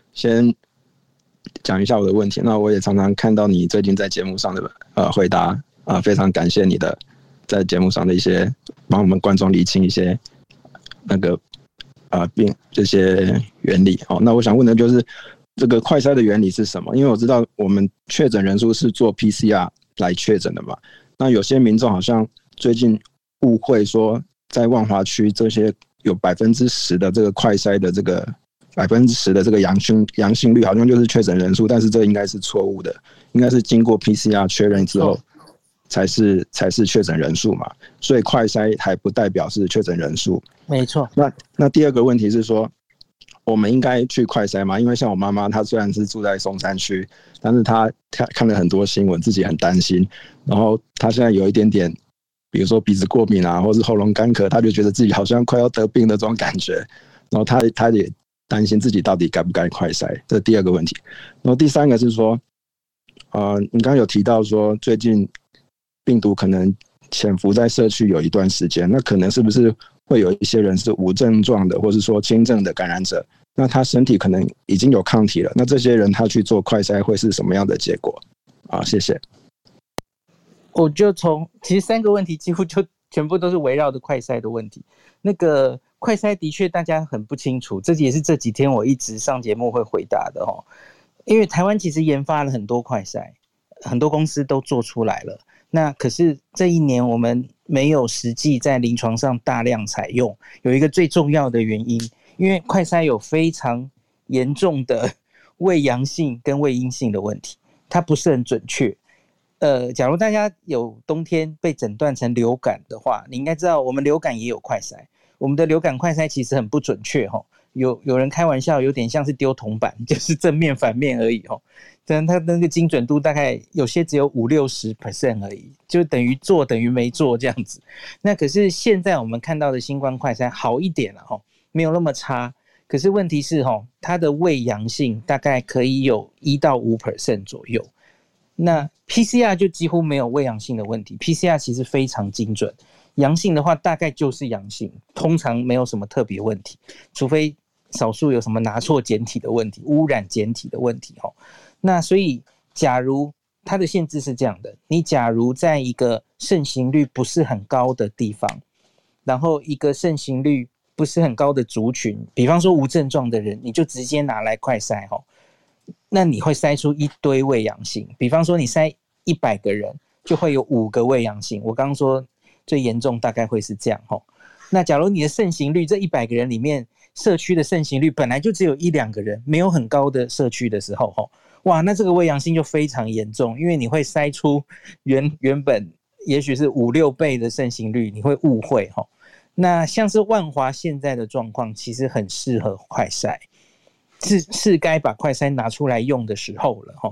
讲一下我的问题。那我也常常看到你最近在节目上的回答非常感谢你的在节目上的一些帮我们观众理清一些那个这些原理。那我想问的就是这个快筛的原理是什么？因为我知道我们确诊人数是做 PCR 来确诊的嘛。那有些民众好像最近误会说，在万华区这些有10%的这个快筛的这个10%的这个阳性率，好像就是确诊人数，但是这应该是错误的，应该是经过 PCR 确认之后才是确诊人数嘛，所以快筛还不代表是确诊人数。 没错。 那第二个问题是说，我们应该去快筛吗？因为像我妈妈，她虽然是住在松山区，但是她看了很多新闻，自己很担心，然后她现在有一点点，比如说鼻子过敏啊，或是喉咙干咳，她就觉得自己好像快要得病的这种感觉，然后她也担心自己到底该不该快筛，这是第二个问题。然后第三个是说，你刚刚有提到说最近病毒可能潜伏在社区有一段时间，那可能是不是会有一些人是无症状的，或是说轻症的感染者，那他身体可能已经有抗体了，那这些人他去做快筛会是什么样的结果？谢谢。 我就其实3个问题几乎就全部都是围绕着快筛的问题。那个快筛的确大家很不清楚，这也是这几天我一直上节目会回答的因为台湾其实研发了很多快筛，很多公司都做出来了，那可是这一年我们没有实际在临床上大量采用，有一个最重要的原因，因为快筛有非常严重的伪阳性跟伪阴性的问题，它不是很准确。假如大家有冬天被诊断成流感的话，你应该知道我们流感也有快筛，我们的流感快筛其实很不准确有人开玩笑，有点像是丢铜板，就是正面反面而已但它那个精准度大概有些只有50-60% 而已，就等于做等于没做这样子。那可是现在我们看到的新冠快筛好一点了没有那么差，可是问题是它的伪阳性大概可以有1-5% 左右。那 PCR 就几乎没有伪阳性的问题， PCR 其实非常精准，阳性的话大概就是阳性，通常没有什么特别问题，除非少数有什么拿错检体的问题，污染检体的问题那所以假如它的限制是这样的，你假如在一个盛行率不是很高的地方，然后一个盛行率不是很高的族群，比方说无症状的人，你就直接拿来快筛那你会筛出一堆伪阳性，比方说你筛100个人就会有5个伪阳性，我刚刚说最严重大概会是这样那假如你的盛行率这100个人里面，社区的盛行率本来就只有1-2个人，没有很高的社区的时候哇，那这个伪阳性就非常严重，因为你会筛出原本也许是5-6倍的盛行率，你会误会那像是万华现在的状况其实很适合快筛，是该把快筛拿出来用的时候了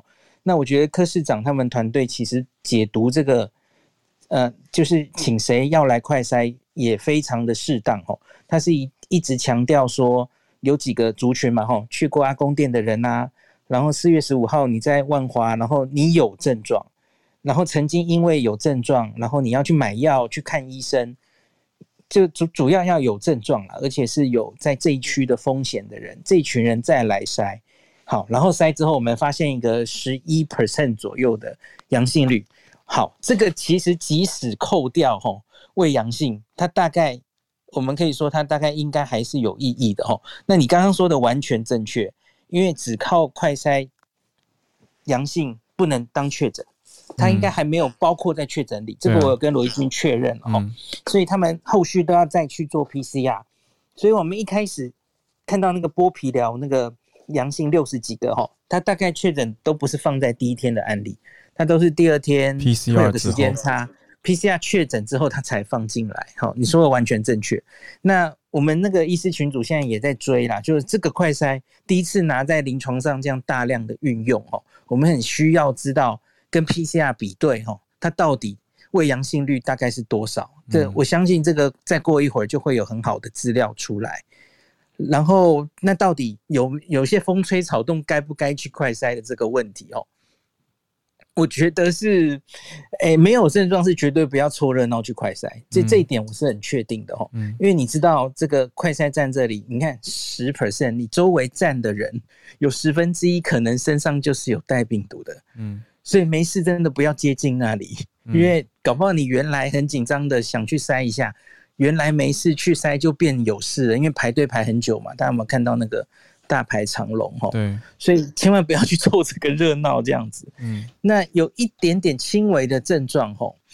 那我觉得柯市长他们团队其实解读这个就是请谁要来快筛也非常的适当哦。他是一直强调说有几个族群嘛吼，去过阿公店的人啊，然后4月15号你在万华，然后你有症状，然后曾经因为有症状，然后你要去买药去看医生，就主要要有症状啦，而且是有在这一区的风险的人，这一群人再来筛。好，然后筛之后我们发现一个 11% 左右的阳性率。好，这个其实即使扣掉未阳性，它大概我们可以说它大概应该还是有意义的那你刚刚说的完全正确，因为只靠快筛阳性不能当确诊，它应该还没有包括在确诊里，这个我有跟罗一军确认所以他们后续都要再去做 PCR。所以我们一开始看到那个剥皮寮那个阳性60几个它大概确诊都不是放在第一天的案例，它都是第二天 PCR 会有个时间差 PCR 确诊之后它才放进来。你说的完全正确。那我们那个医师群组现在也在追啦，就是这个快筛第一次拿在临床上这样大量的运用我们很需要知道跟 PCR 比对它到底未阳性率大概是多少。我相信这个再过一会儿就会有很好的资料出来。然后那到底有些风吹草动该不该去快筛的这个问题我觉得是没有症状是绝对不要凑热闹去快筛，这一点我是很确定的因为你知道这个快筛站这里，你看 10%， 你周围站的人有1/10可能身上就是有带病毒的所以没事真的不要接近那里因为搞不好你原来很紧张的想去筛一下，原来没事去筛就变有事了，因为排队排很久嘛，大家有没有看到那个大排长龙对， 所以千万不要去凑这个热闹这样子那有一点点轻微的症状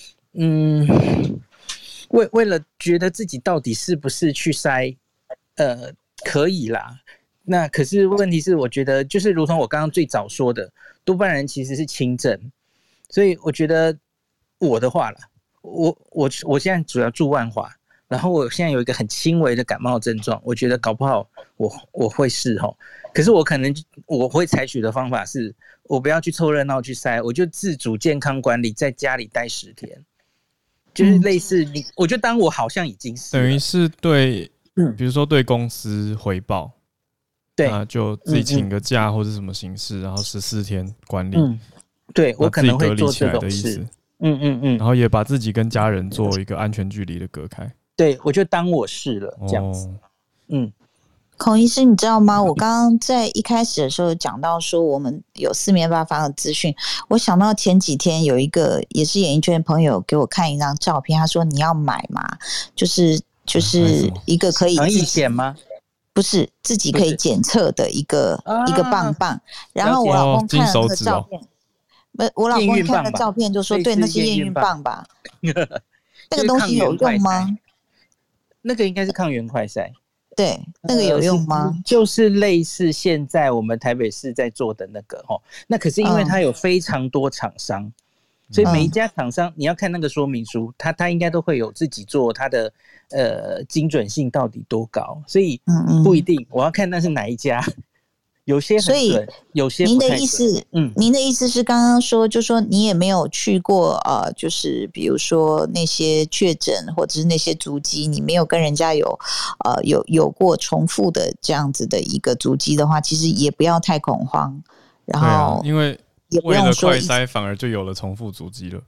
为了觉得自己到底是不是去筛可以啦，那可是问题是我觉得就是如同我刚刚最早说的，多半人其实是轻症，所以我觉得我的话啦，我现在主要住万华，然后我现在有一个很轻微的感冒症状，我觉得搞不好我会是可是我会采取的方法是我不要去凑热闹去筛，我就自主健康管理，在家里待10天，就是类似我就当我好像已经是等于是对比如说对公司回报， 对， 那就自己请个假或者什么形式，然后14天管理对，我可能会做这种事然后也把自己跟家人做一个安全距离的隔开， 对，我就当我是了这样子孔医师，你知道吗？我刚刚在一开始的时候讲到说我们有四面八方的资讯，我想到前几天有一个也是演艺圈的朋友给我看一张照片，他说你要买嘛，就是一个可以防疫险吗？ 不是，自己可以检测的一个棒棒。然后我老公看了那个照片，我老公看了照片就说，对，那是验孕棒吧？那个东西有用吗？ 那个应该是抗原快筛。 对，那个有用吗？ 就是类似现在我们台北市在做的那个那可是因为它有非常多厂商，所以每一家厂商你要看那个说明书，它应该都会有自己做它的精准性到底多高，所以不一定我要看那是哪一家。有些很准，有些不太准。 您的意思是刚刚说，就说你也没有去过就是比如说那些确诊或者是那些足迹，你没有跟人家有过重复的这样子的一个足迹的话，其实也不要太恐慌。然后因为为了快筛反而就有了重复足迹了。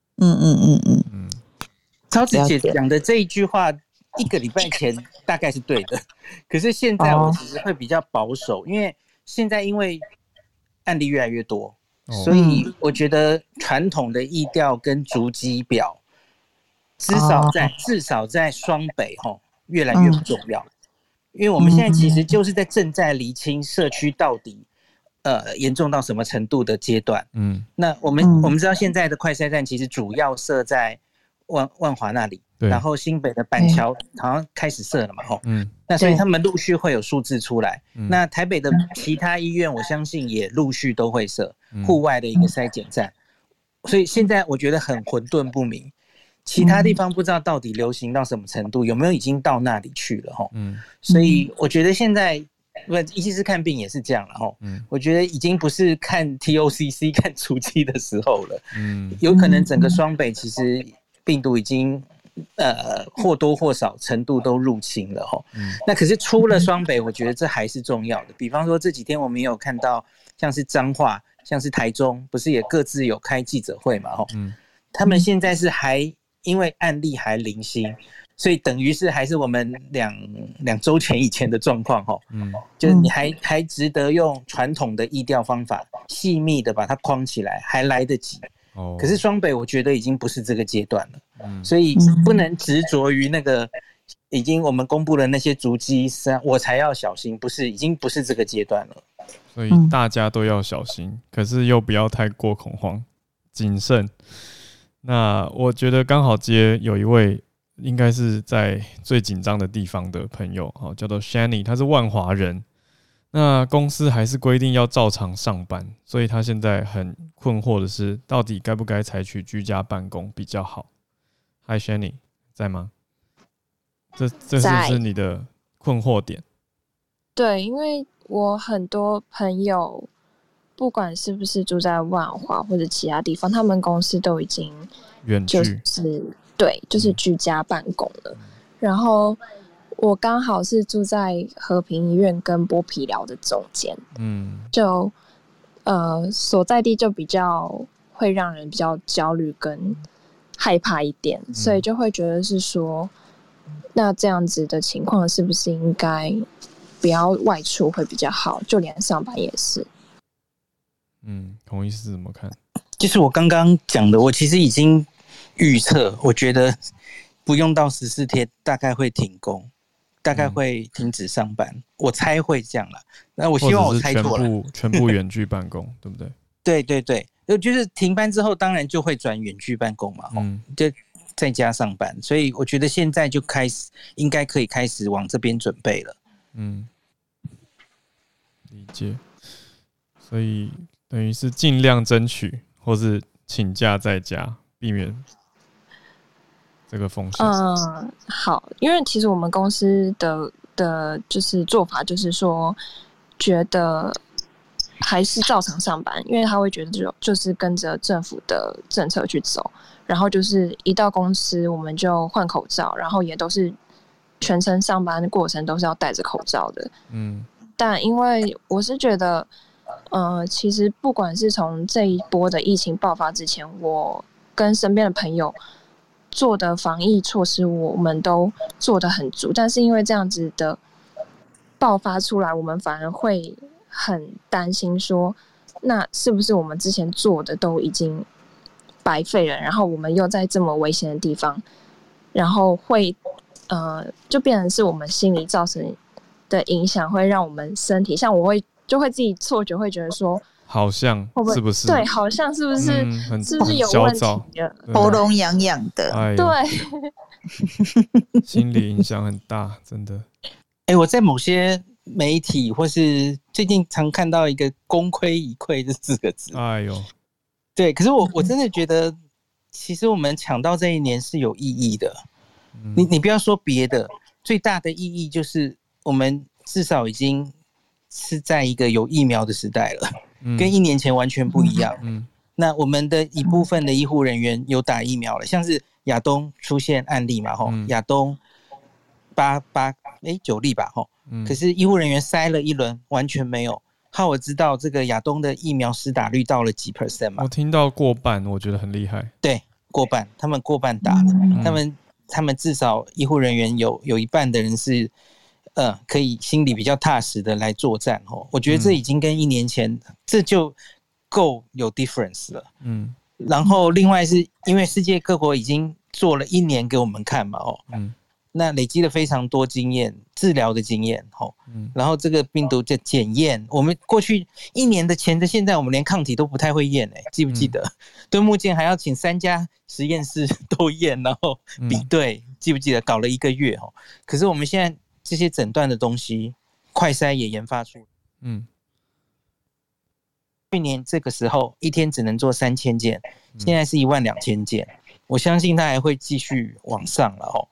超子姐讲的这一句话1个礼拜前大概是对的，可是现在我其实会比较保守，因为现在因为案例越来越多，所以我觉得传统的疫调跟足迹表至少在双北越来越不重要，因为我们现在其实就是正在厘清社区到底严重到什么程度的阶段。那我们知道现在的快筛站其实主要设在万华那里，然后新北的板桥好像开始设了嘛那所以他们陆续会有数字出来。那台北的其他医院我相信也陆续都会设户外的一个筛检站，所以现在我觉得很混沌不明，其他地方不知道到底流行到什么程度，有没有已经到那里去了所以我觉得现在不，医师看病也是这样了吼。我觉得已经不是看 TOCC 看足迹的时候了。有可能整个双北其实病毒已经或多或少程度都入侵了吼。那可是出了双北，我觉得这还是重要的。比方说这几天我们也有看到，像是彰化、像是台中，不是也各自有开记者会嘛吼。他们现在是还因为案例还零星。所以等于是还是我们两周前以前的状况哈，就是你还值得用传统的疫调方法细密的把它框起来，还来得及。可是双北我觉得已经不是这个阶段了，所以不能执着于那个已经我们公布了那些足迹，我才要小心，不是，已经不是这个阶段了。 所以大家都要小心，可是又不要太过恐慌，谨慎。那我觉得刚好接有一位。应该是在最紧张的地方的朋友，叫做 Shani， 他是万华人。那公司还是规定要照常上班，所以他现在很困惑的是，到底该不该采取居家办公比较好？ Hi Shani， 在吗？这是不是你的困惑点？ 对，因为我很多朋友，不管是不是住在万华或者其他地方，他们公司都已经远距。 对，就是居家办公了。然后我刚好是住在和平医院跟剥皮寮的中间，就所在地就比较会让人比较焦虑跟害怕一点，所以就会觉得是说，那这样子的情况是不是应该不要外出会比较好？就连上班也是。 洪医师怎么看？ 就是我刚刚讲的，我其实已经。预测，我觉得不用到14天，大概会停工，大概会停止上班，我猜会这样啦。那我希望我猜错了， 全部远距办公，对不对？ 对对对，就是停班之后，当然就会转远距办公嘛，就在家上班，所以我觉得现在就开始，应该可以开始往这边准备了。 理解。所以等于是尽量争取，或是请假在家，避免。这个风险。 好，因为其实我们公司的就是做法就是说，觉得还是照常上班，因为他会觉得就是跟着政府的政策去走，然后就是一到公司我们就换口罩，然后也都是全程上班的过程都是要戴着口罩的。但因为我是觉得，其实不管是从这一波的疫情爆发之前，我跟身边的朋友。做的防疫措施我们都做得很足，但是因为这样子的爆发出来，我们反而会很担心说，那是不是我们之前做的都已经白费了，然后我们又在这么危险的地方，然后会就变成是我们心理造成的影响，会让我们身体，像我就会自己错觉，会觉得说好像是不是？ 对，好像是不是？是不是有问题了？ 喉咙痒痒的， 对， 心理影响很大，真的。 我在某些媒体或是最近常看到一个"功亏一篑"这4个字。 哎呦， 对，可是我真的觉得，其实我们抢到这一年是有意义的。你不要说别的，最大的意义就是我们至少已经是在一个有疫苗的时代了。跟1年前完全不一样。那我们的一部分的医护人员有打疫苗了，像是亚东出现案例嘛，亚东9例吧，可是医护人员筛了一轮完全没有。我知道这个亚东的疫苗施打率到了几%嘛？ 我听到过半，我觉得很厉害。 对，过半，他们过半打了，他们至少医护人员有一半的人是。可以心里比较踏实的来作战我觉得这已经跟1年前这就够有 difference 了。然后另外是因为世界各国已经做了1年给我们看嘛那累积了非常多经验，治疗的经验然后这个病毒的检验，我们过去1年的前的现在，我们连抗体都不太会验记不记得？敦睦健还要请3家实验室都验，然后比对，记不记得？搞了1个月可是我们现在。这些诊断的东西，快筛也研发出。去年这个时候1天只能做3000件，现在是12000件。我相信它还会继续往上了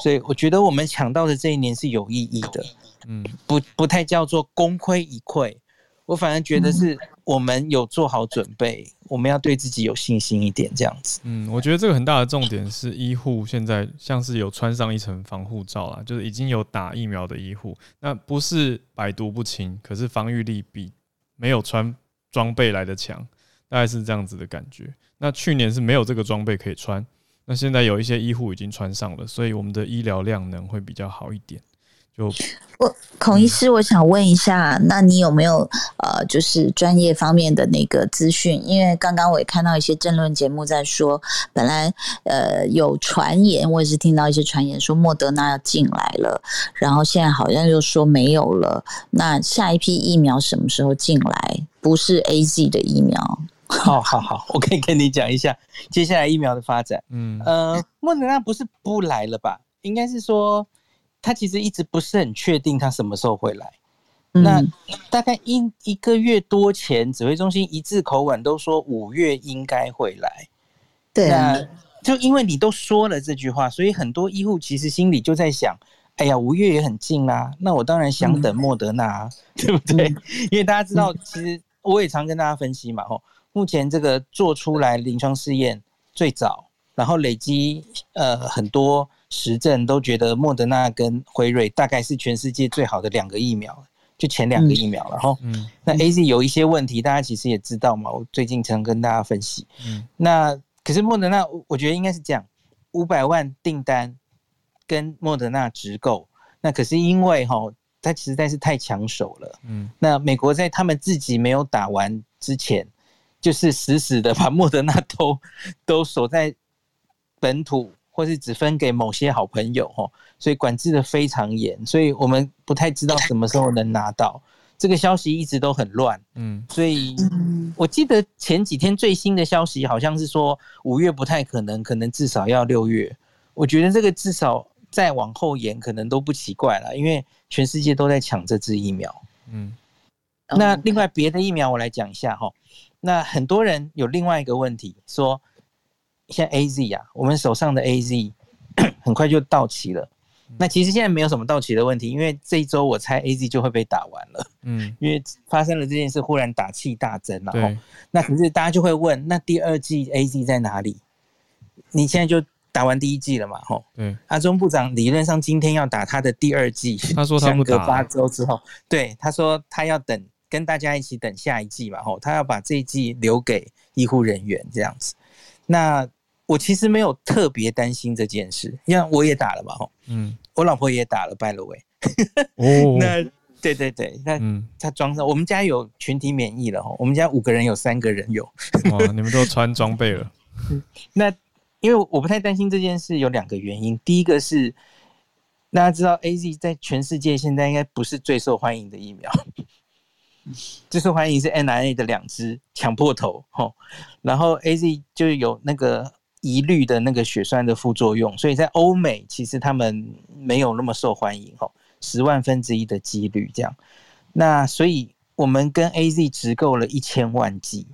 所以我觉得我们抢到的这一年是有意义的，不太叫做功亏一篑，我反而觉得是我们有做好准备，我们要对自己有信心一点，这样子。 我觉得这个很大的重点是医护现在像是有穿上一层防护罩啦，就是已经有打疫苗的医护，那不是百毒不侵，可是防御力比没有穿装备来的强，大概是这样子的感觉。那去年是没有这个装备可以穿，那现在有一些医护已经穿上了，所以我们的医疗量能会比较好一点。 孔医师，我想问一下，那你有没有就是专业方面的那个资讯？因为刚刚我也看到一些政论节目在说，本来有传言，我也是听到一些传言说莫德纳要进来了，然后现在好像又说没有了。那下一批疫苗什么时候进来？不是 AZ 的疫苗。 好，我可以跟你讲一下接下来疫苗的发展。莫德纳不是不来了吧？应该是说他其实一直不是很确定他什么时候会来。那大概一个月多前，指挥中心一致口吻都说5月应该会来。 对啊， 那就因为你都说了这句话，所以很多医护其实心里就在想，哎呀，5月也很近啦，那我当然想等莫德纳，对不对？因为大家知道，其实我也常跟大家分析嘛，目前这个做出来临床试验最早，然后累积很多实证都觉得莫德纳跟辉瑞大概是全世界最好的2个疫苗，就前2个疫苗了。那 AZ 有一些问题，大家其实也知道嘛，我最近常跟大家分析。那可是莫德纳，我觉得应该是这样，500万订单跟莫德纳直购，那可是因为它实在是太抢手了。那美国在他们自己没有打完之前，就是死死的把莫德纳都锁在本土，或是只分给某些好朋友，所以管制的非常严，所以我们不太知道什么时候能拿到。这个消息一直都很乱，所以我记得前几天最新的消息好像是说5月不太可能，可能至少要6月。我觉得这个至少再往后延可能都不奇怪了，因为全世界都在抢这支疫苗。那另外别的疫苗我来讲一下。那很多人有另外一个问题说，现在 AZ 啊，我们手上的 AZ 很快就到期了。那其实现在没有什么到期的问题，因为这一周我猜 AZ 就会被打完了。因为发生了这件事，忽然打气大增了。那可是大家就会问，那第2剂 AZ 在哪里？你现在就打完第1剂了嘛？对，阿中部长理论上今天要打他的第2剂， 他说他不打， 相隔8周之后，对，他说他要等，跟大家一起等下一剂嘛。他要把这一剂留给医护人员这样子。那我其实没有特别担心这件事，因为我也打了嘛。我老婆也打了 by the way。那对，那他装上，我们家有群体免疫了。我们家5个人有3个人有。 哇，你们都穿装备了。 那因为我不太担心这件事，有2个原因。第一个是大家知道 AZ 在全世界现在应该不是最受欢迎的疫苗，最受欢迎是 mRNA 的2支抢破头，然后 AZ 就有那个疑虑的那个血栓的副作用，所以在欧美其实他们没有那么受欢迎，10万分之1的几率这样。那所以我们跟 AZ 直购了1000万剂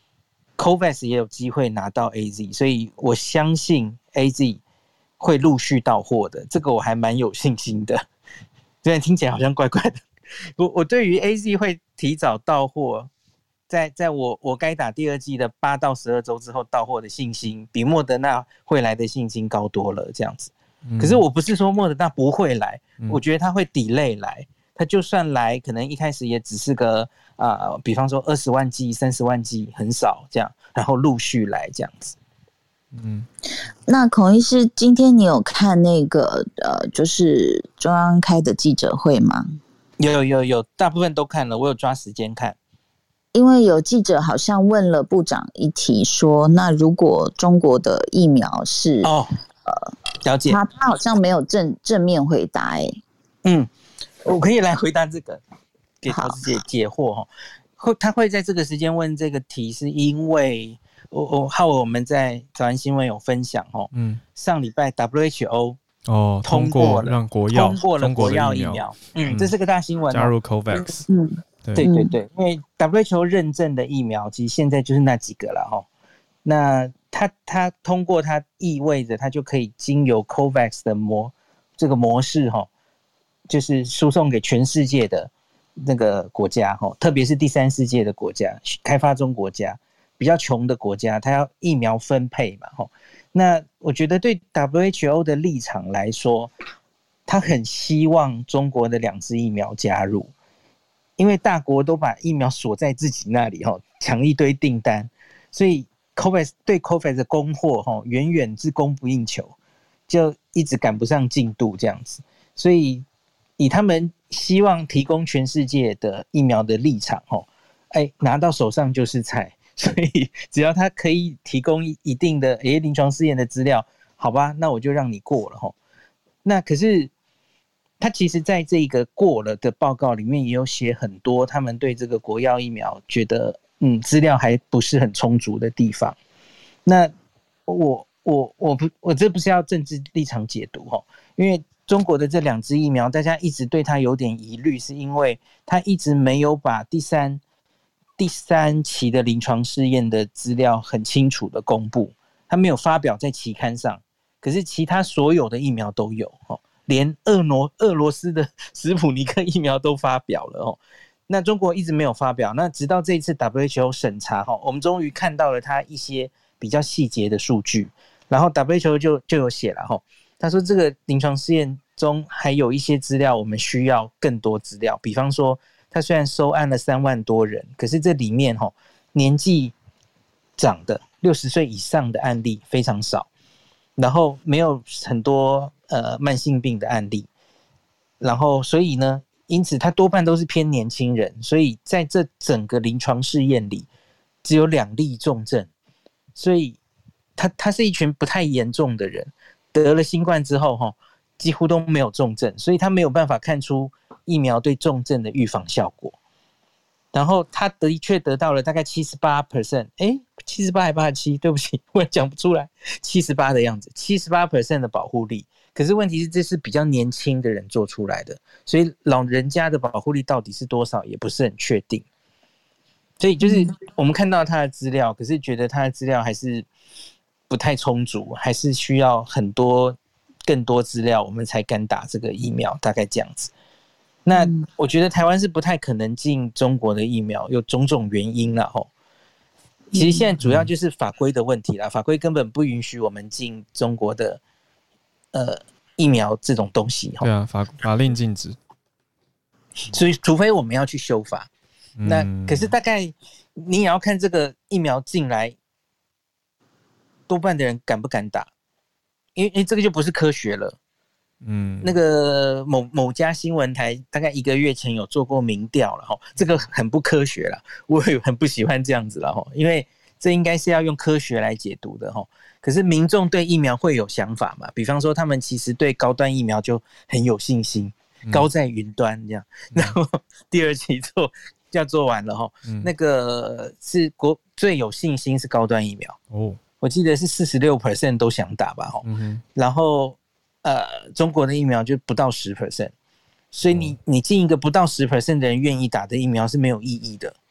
，COVAX 也有机会拿到 AZ， 所以我相信 AZ 会陆续到货的，这个我还蛮有信心的。虽然听起来好像怪怪的，我对于 AZ 会提早到货，在我该打第2剂的8到12周之后到货的信心，比莫德纳会来的信心高多了这样子。可是我不是说莫德纳不会来，我觉得他会 delay 来，他就算来，可能一开始也只是个比方说20万剂、30万剂，很少这样，然后陆续来这样子。 那孔医师，今天你有看那个就是中央开的记者会吗？ 有，大部分都看了，我有抓时间看。 因为有记者好像问了部长一题说，那如果中国的疫苗是了解， 他好像没有正面回答。 我可以来回答这个，给投资者解惑。他会在这个时间问这个题，是因为我们在早安新闻有分享上礼拜 WHO 通过让国药通过了国药疫苗，这是个大新闻， 加入 COVAX。 对，因为 WHO 认证的疫苗其实现在就是那几个了那它通过，它意味着它就可以经由 COVAX 的这个模式就是输送给全世界的那个国家特别是第三世界的国家、开发中国家、比较穷的国家，它要疫苗分配嘛那我觉得对 WHO 的立场来说，他很希望中国的2支疫苗加入，因为大国都把疫苗锁在自己那里抢一堆订单，所以 COVAX 对 COVAX 的供货远远是供不应求，就一直赶不上进度这样子。所以以他们希望提供全世界的疫苗的立场拿到手上就是菜，所以只要他可以提供一定的临床试验的资料，好吧，那我就让你过了那可是他其实在这个过了的报告里面也有写很多他们对这个国药疫苗觉得资料还不是很充足的地方。那我这不是要政治立场解读因为中国的这2支疫苗大家一直对它有点疑虑，是因为它一直没有把第三期的临床试验的资料很清楚的公布，它没有发表在期刊上，可是其他所有的疫苗都有连俄罗斯的斯普尼克疫苗都发表了那中国一直没有发表，那直到这一次 WHO 审查我们终于看到了它一些比较细节的数据，然后 WHO 就有写了他说这个临床试验中还有一些资料我们需要更多资料，比方说他虽然收案了3万多人，可是这里面年纪长的60岁以上的案例非常少，然后没有很多慢性病的案例，然后所以呢，因此它多半都是偏年轻人，所以在这整个临床试验里只有2例重症，所以他是一群不太严重的人，得了新冠之后几乎都没有重症，所以他没有办法看出疫苗对重症的预防效果。然后他的确得到了大概 78%， 78还87，对不起，我也讲不出来，78的样子， 78% 的保护力。可是问题是这是比较年轻的人做出来的，所以老人家的保护力到底是多少也不是很确定。所以就是我们看到他的资料，可是觉得他的资料还是不太充足，还是需要更多资料我们才敢打这个疫苗，大概这样子。那我觉得台湾是不太可能进中国的疫苗，有种种原因啦其实现在主要就是法规的问题啦，法规根本不允许我们进中国的疫苗这种东西。 对啊，法令禁止， 所以除非我们要去修法。那可是大概你也要看这个疫苗进来，多半的人敢不敢打，因为这个就不是科学了。那个某家新闻台大概1个月前有做过民调了这个很不科学了，我也很不喜欢这样子了因为这应该是要用科学来解读的可是民众对疫苗会有想法嘛，比方说他们其实对高端疫苗就很有信心，高在云端这样，然后第2期做完了那个是最有信心是高端疫苗我记得是 46% 都想打吧然后中国的疫苗就不到 10%， 所以你进一个不到 10% 的人愿意打的疫苗是没有意义的。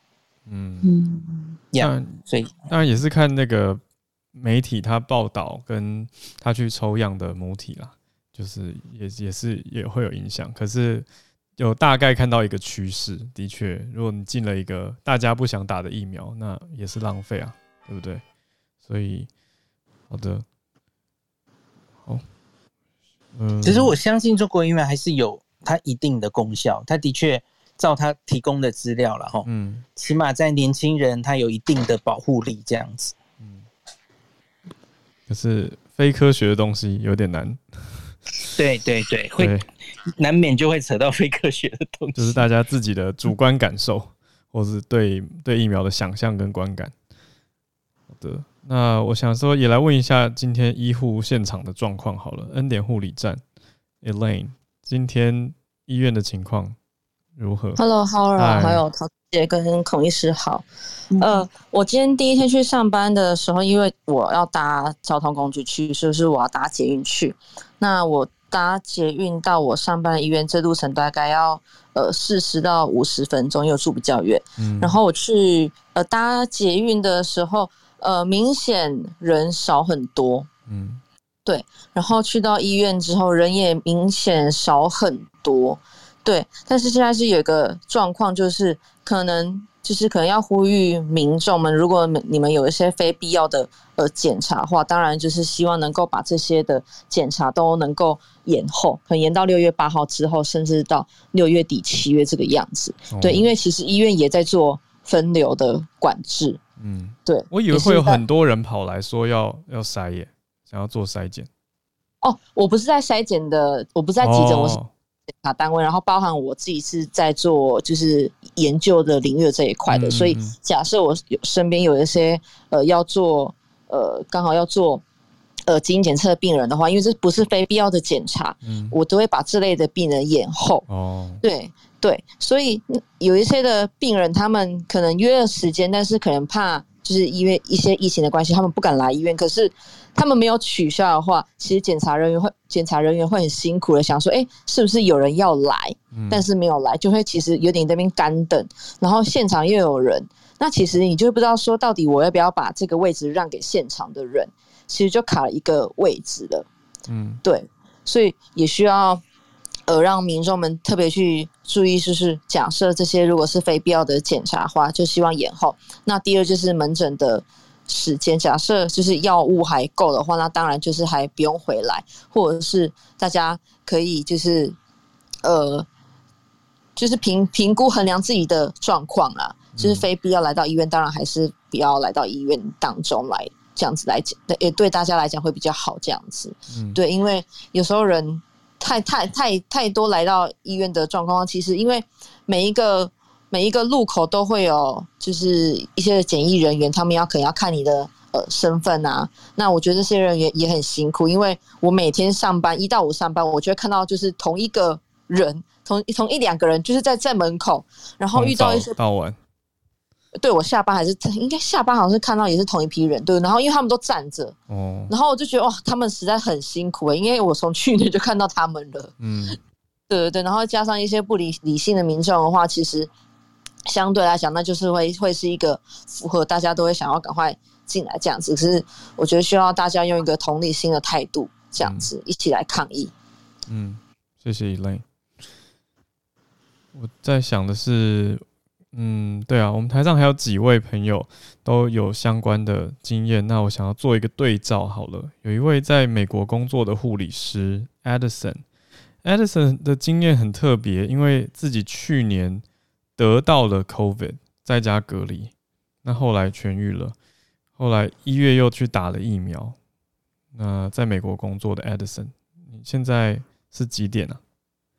所以当然也是看那个媒体他报道跟他去抽样的母体啦，就是也会有影响。可是有大概看到一个趋势，的确，如果你进了一个大家不想打的疫苗，那也是浪费啊，对不对？所以，好的，好。 其实我相信中国疫苗还是有它一定的功效，它的确照它提供的资料了起码在年轻人它有一定的保护力这样子。 可是非科学的东西有点难。 对，会难免就会扯到非科学的东西， 就是大家自己的主观感受，或是对疫苗的想象跟观感。好的。那我想说，也来问一下今天医护现场的状况好了。恩典护理站 ，Elaine， 今天医院的情况如何 ？Hello， 还有陶姐跟孔医师好。我今天第一天去上班的时候，因为我要搭交通工具去，所以是我要搭捷运去。那我搭捷运到我上班的医院，这路程大概要40到50分钟，因为我住比较远。然后我去搭捷运的时候。明显人少很多， 对，然后去到医院之后，人也明显少很多。对，但是现在是有一个状况，就是可能要呼吁民众们，如果你们有一些非必要的检查的话，当然就是希望能够把这些的检查都能够延后，可能延到6月8号之后，甚至到6月底7月这个样子。对，因为其实医院也在做分流的管制。对， 我以为会有很多人跑来说要筛耶，想要做筛检。 我不是在筛检的，我不是在急诊，我是检查单位，然后包含我自己是在做就是研究的领域这一块的，所以假设我身边有一些要做刚好要做基因检测的病人的话，因为这不是非必要的检查，我都会把这类的病人延后。对，所以有一些的病人他们可能约了时间，但是可能怕就是因为一些疫情的关系，他们不敢来医院。可是他们没有取消的话，其实检查人员会很辛苦的想说，是不是有人要来？但是没有来，就会其实有点在那边干等，然后现场又有人，那其实你就不知道说到底我要不要把这个位置让给现场的人，其实就卡了一个位置了。对，所以也需要让民众们特别去注意，就是假设这些如果是非必要的检查的话，就希望延后。那第二就是门诊的时间，假设就是药物还够的话，那当然就是还不用回来，或者是大家可以就是评估衡量自己的状况啦，就是非必要来到医院，当然还是不要来到医院当中来，这样子来讲也对大家来讲会比较好，这样子。对，因为有时候人太多来到医院的状况，其实因为每一个路口都会有就是一些检疫人员，他们可能要看你的身份啊。那我觉得这些人员也很辛苦，因为我每天上班1到5上班，我就会看到就是同一个人，同1-2个人，就是在门口，然后遇到一些到晚。 对，我下班还是应该下班，好像是看到也是同一批人。对，然后因为他们都站着，然后我就觉得哇，他们实在很辛苦因为我从去年就看到他们了。对，然后加上一些不理性的民众的话，其实相对来讲，那就是会是一个符合大家都会想要赶快进来这样子。可是我觉得需要大家用一个同理心的态度，这样子一起来抗议。 谢谢 Elaine。我在想的是。对啊，我们台上还有几位朋友都有相关的经验，那我想要做一个对照好了。有一位在美国工作的护理师 Edison 的经验很特别，因为自己去年得到了 COVID， 在家隔离，那后来痊愈了，后来1月又去打了疫苗。那在美国工作的 Edison， 你现在是几点啊？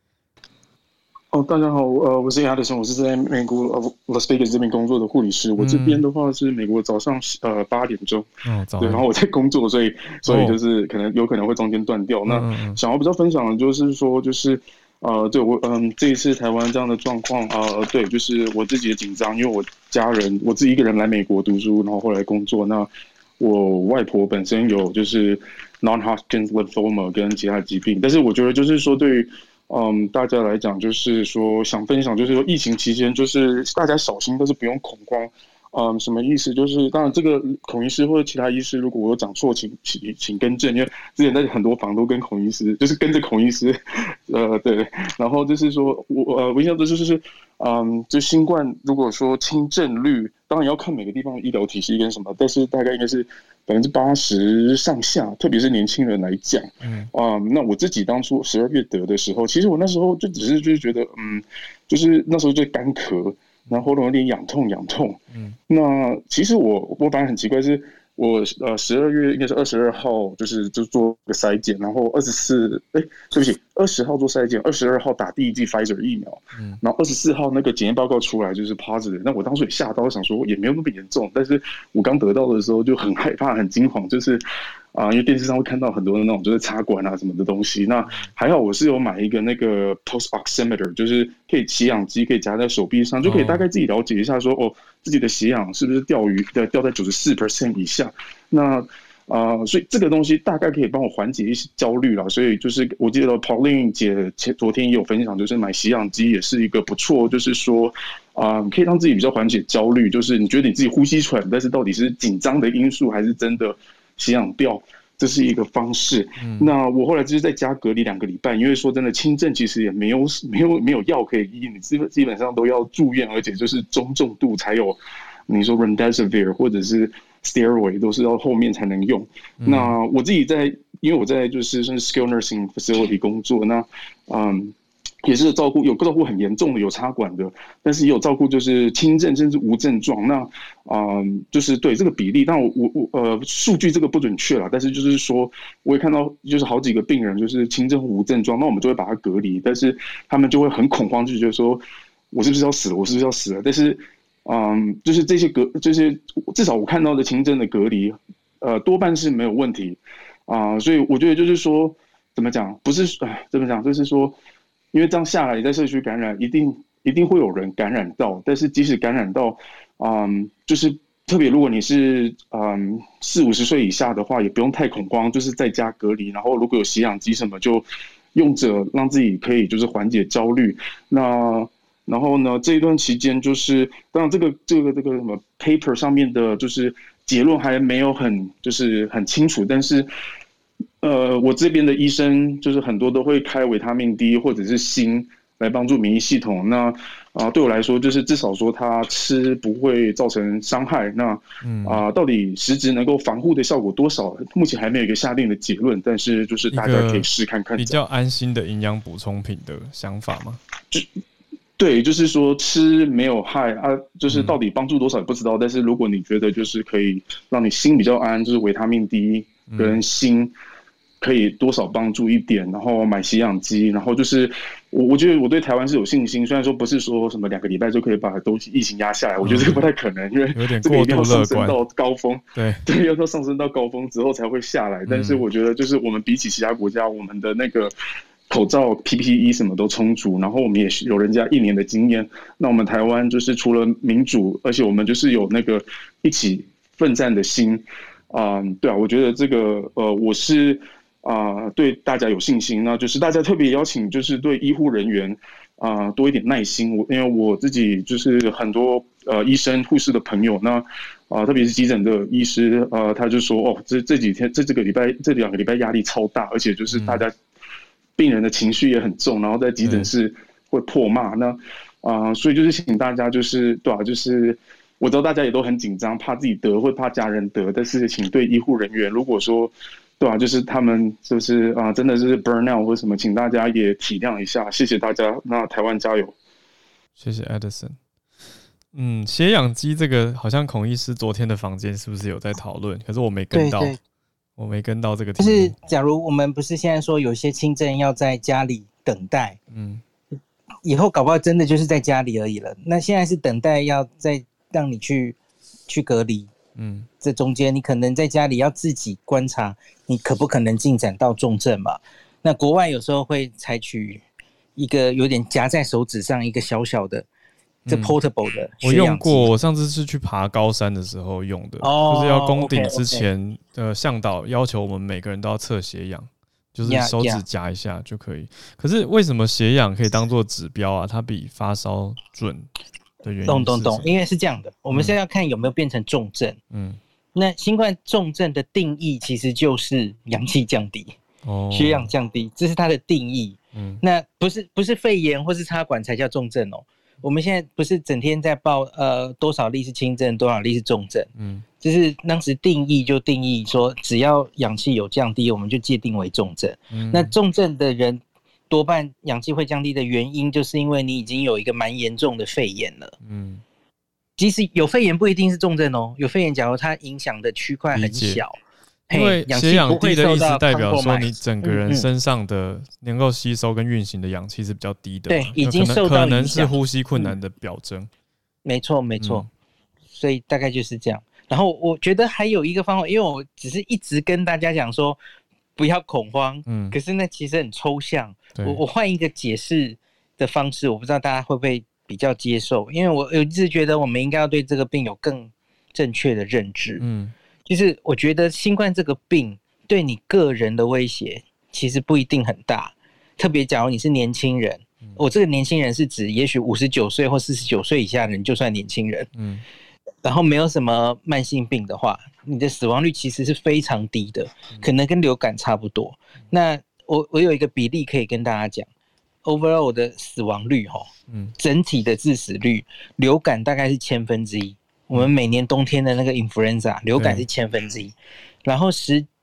大家好，我是 Edison， 我是在美国Las Vegas 这边工作的护理师。我这边的话是美国早上8点钟，对，然后我在工作，所以就是有可能会中间断掉。那想要比较分享的就是说，就是对我这一次台湾这样的状况对，就是我自己的紧张，因为我家人我自己一个人来美国读书，然后后来工作。那我外婆本身有就是 non-Hodgkin's lymphoma 跟其他疾病，但是我觉得就是说对于大家来讲，就是说想分享，就是说疫情期间，就是大家小心，但是不用恐慌。什么意思？就是当然，这个孔医师或者其他医师，如果我有讲错，请更正，因为之前在很多房都跟孔医师，就是跟着孔医师，对。然后就是说我印象的就是就新冠，如果说轻症率，当然要看每个地方的医疗体系跟什么，但是大概应该是80%上下，特别是年轻人来讲。那我自己当初12月得的时候，其实我那时候就只是就是觉得就是那时候就干咳。然后喉咙有点痒痛，那其实我本来很奇怪，是我12月应该是22号，就做个筛检，然后20号做筛检，22号打第一剂 Pfizer 疫苗，然后24号那个检验报告出来就是 positive， 那我当时也吓到，想说也没有那么严重，但是我刚得到的时候就很害怕，很惊慌，就是因为电视上会看到很多的那种就是插管啊什么的东西。那还好我是有买一个那个 pulse oximeter， 就是可以血氧机可以夹在手臂上，就可以大概自己了解一下说自己的血氧是不是掉在 94% 以下。那所以这个东西大概可以帮我缓解一些焦虑啦。所以就是我记得 Pauline 姐昨天也有分享，就是买血氧机也是一个不错，就是说可以让自己比较缓解焦虑。就是你觉得你自己呼吸喘，但是到底是紧张的因素还是真的血氧掉？ 这是一个方式。那我后来就是在家隔离2个礼拜，因为说真的，轻症其实也没有药可以医，你基本上都要住院，而且就是中重度才有，你说 remdesivir 或者是 steroid 都是要后面才能用。那我自己因为我在就是skilled nursing facility 工作，那也是有照顾很严重的有插管的，但是也有照顾就是轻症甚至无症状。那就是对这个比例，但我数据这个不准确啦，但是就是说我也看到就是好几个病人就是轻症无症状，那我们就会把他隔离，但是他们就会很恐慌，就觉得说我是不是要死了？但是就是这些至少我看到的轻症的隔离，多半是没有问题所以我觉得就是说怎么讲，不是怎么讲，就是说。因为这样下来，在社区感染，一定会有人感染到。但是即使感染到，就是特别如果你是40-50岁以下的话，也不用太恐慌，就是在家隔离。然后如果有血氧机什么，就用着让自己可以就是缓解焦虑。然后呢，这一段期间就是，当然这个什么 paper 上面的，就是结论还没有很清楚，但是。我这边的医生就是很多都会开维他命 D 或者是锌来帮助免疫系统。那对我来说，就是至少说他吃不会造成伤害。那到底实质能够防护的效果多少，目前还没有一个下定的结论。但是就是大家可以试看看， 比较安心的营养补充品的想法吗？ 对，就是说吃没有害就是到底帮助多少也不知道。但是如果你觉得就是可以让你心比较安，就是维他命 D 跟锌。可以多少帮助一点，然后买血氧机，然后就是我觉得我对台湾是有信心，虽然说不是说什么2个礼拜就可以把疫情压下来，我觉得这个不太可能，因为这个一定要上升到高峰，对，要到上升到高峰之后才会下来。但是我觉得就是我们比起其他国家，我们的那个口罩 PPE 什么都充足，然后我们也有人家1年的经验。那我们台湾就是除了民主，而且我们就是有那个一起奋战的心对啊，我觉得这个我是。对大家有信心，那就是大家特别邀请，就是对医护人员多一点耐心。因为我自己就是很多医生、护士的朋友，那特别是急诊的医师，他就说这几天这2个礼拜压力超大，而且就是大家病人的情绪也很重，然后在急诊室会破骂。那所以就是请大家就是对啊，就是我知道大家也都很紧张，怕自己得或怕家人得，但是请对医护人员，如果说。对啊，就是他们就是真的是 burn out 或什么，请大家也体谅一下，谢谢大家。那台湾加油！ 谢谢 Edison。血氧机这个好像孔医师昨天的房间是不是有在讨论？可是我没跟到，我没跟到这个题目。 就是假如我们不是现在说有些轻症要在家里等待，以后搞不好真的就是在家里而已了。那现在是等待要再让你去隔离。这中间你可能在家里要自己观察，你可不可能进展到重症嘛？那国外有时候会采取一个有点夹在手指上一个小小的，这 portable 的血氧机。 我用过，我上次是去爬高山的时候用的，就是要攻顶之前，向导要求我们每个人都要测血氧，就是手指夹一下就可以。可是为什么血氧可以当作指标啊？它比发烧准？ 懂，因为是这样的，我们现在要看有没有变成重症。那新冠重症的定义其实就是氧气降低，血氧降低，这是它的定义。那不是肺炎或是插管才叫重症哦。我们现在不是整天在报多少例是轻症，多少例是重症。就是当时定义就定义说，只要氧气有降低，我们就界定为重症。那重症的人。多半氧气会降低的原因，就是因为你已经有一个蛮严重的肺炎了。即使有肺炎不一定是重症哦，有肺炎假如它影响的区块很小， 因为血氧低的意思代表说你整个人身上的能够吸收跟运行的氧气是比较低的， 对，已经受到影响， 可能是呼吸困难的表征。 没错，所以大概就是这样。然后我觉得还有一个方法，因为我只是一直跟大家讲说。不要恐慌，可是那其实很抽象。我换一个解释的方式，我不知道大家会不会比较接受，因为我一直觉得我们应该要对这个病有更正确的认知。就是我觉得新冠这个病对你个人的威胁其实不一定很大，特别假如你是年轻人，我这个年轻人是指也许59岁或49岁以下的人就算年轻人。 然后没有什么慢性病的话，你的死亡率其实是非常低的，可能跟流感差不多。那我有一个比例可以跟大家讲 ，overall 的死亡率整体的致死率，流感大概是1/1000，我们每年冬天的那个 influenza 流感是1/1000，然后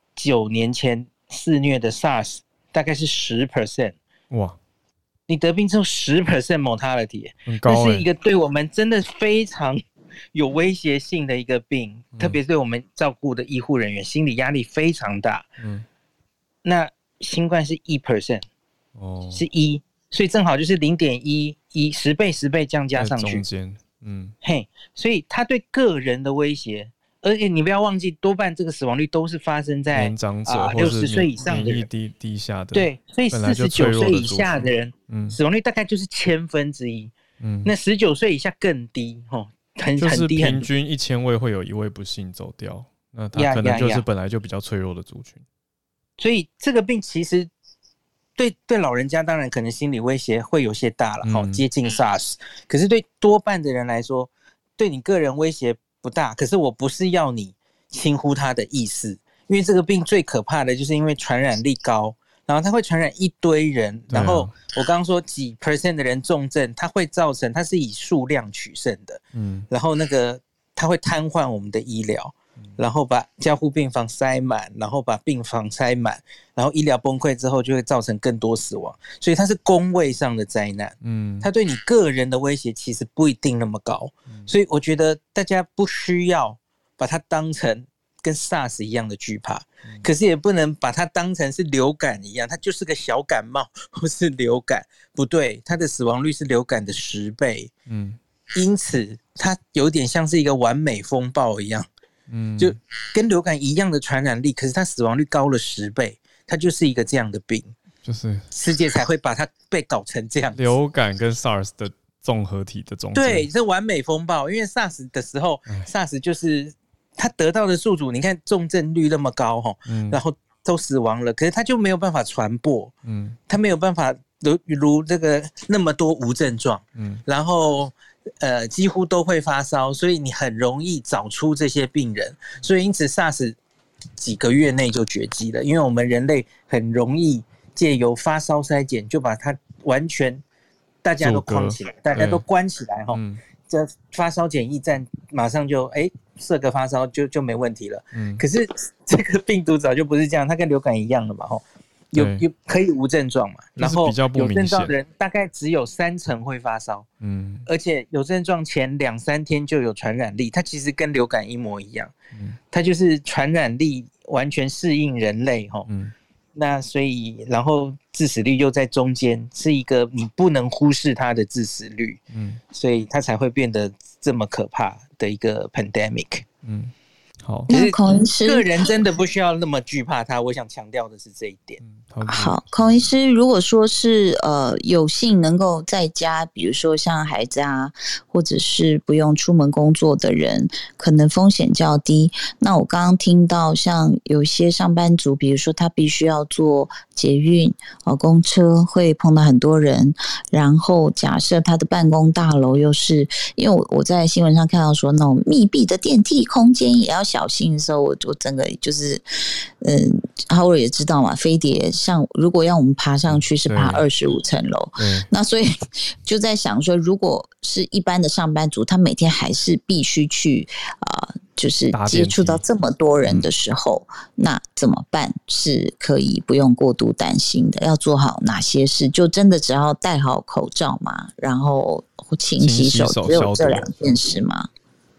19年前肆虐的 SARS 大概是10%，哇！你得病之后10% mortality， 很高，那是一个对我们真的非常有威胁性的一个病，特别是对我们照顾的医护人员，心理压力非常大。那新冠是1%，是1，所以正好就是0.11，10倍这样加上去。中间，所以它对个人的威胁，而且你不要忘记，多半这个死亡率都是发生在年长者60岁以上的人， 低下的。 对，所以49岁以下的人，死亡率大概就是1/1000。那19岁以下更低，很低， 就是平均1000位会有1位不幸走掉，那他可能就是本来就比较脆弱的族群。 所以这个病其实对老人家当然可能心理威胁会有些大了，接近 SARS， 可是对多半的人来说，对你个人威胁不大。可是我不是要你轻忽他的意思，因为这个病最可怕的就是因为传染力高，然后它会传染一堆人，然后我刚刚说几%的人重症，它会造成它是以数量取胜的，然后那个它会瘫痪我们的医疗，然后把加护病房塞满，然后把病房塞满，然后医疗崩溃之后就会造成更多死亡，所以它是公卫上的灾难。它对你个人的威胁其实不一定那么高，所以我觉得大家不需要把它当成跟 SARS 一样的惧怕，可是也不能把它当成是流感一样，它就是个小感冒或是流感，不对，它的死亡率是流感的10倍。因此它有点像是一个完美风暴一样，就跟流感一样的传染力，可是它死亡率高了10倍，它就是一个这样的病，就是世界才会把它被搞成这样子。 流感跟 SARS 的综合体的中间， 对，是完美风暴。因为 SARS 的时候，SARS 就是他得到的宿主，你看重症率那么高，然后都死亡了，可是他就没有办法传播，他没有办法如这个那么多无症状，然后几乎都会发烧，所以你很容易找出这些病人，所以因此 SARS 几个月内就绝迹了，因为我们人类很容易借由发烧筛检就把它完全大家都框起来，大家都关起来，这发烧检疫站马上就射个发烧就没问题了。可是这个病毒早就不是这样，它跟流感一样了嘛，有可以无症状嘛，然后有症状的人大概只有30%会发烧，而且有症状前2-3天就有传染力，它其实跟流感一模一样，它就是传染力完全适应人类，那所以然后致死率又在中间，是一个你不能忽视它的致死率，所以它才会变得这么可怕的一个 pandemic。 好， 那孔医师个人真的不需要那么惧怕它，我想强调的是这一点。 好，孔医师，如果说是有幸能够在家，比如说像孩子啊，或者是不用出门工作的人，可能风险较低。那我刚刚听到像有些上班族，比如说他必须要坐捷运公车，会碰到很多人，然后假设他的办公大楼又是，因为我在新闻上看到说那种密闭的电梯空间也要小心的时候，我整个就是Howard 也知道嘛，飞碟像如果要我们爬上去是爬25层楼，那所以就在想说，如果是一般的上班族，他每天还是必须去就是接触到这么多人的时候，那怎么办？是可以不用过度担心的。要做好哪些事？就真的只要戴好口罩嘛，然后勤洗手，只有这2件事吗？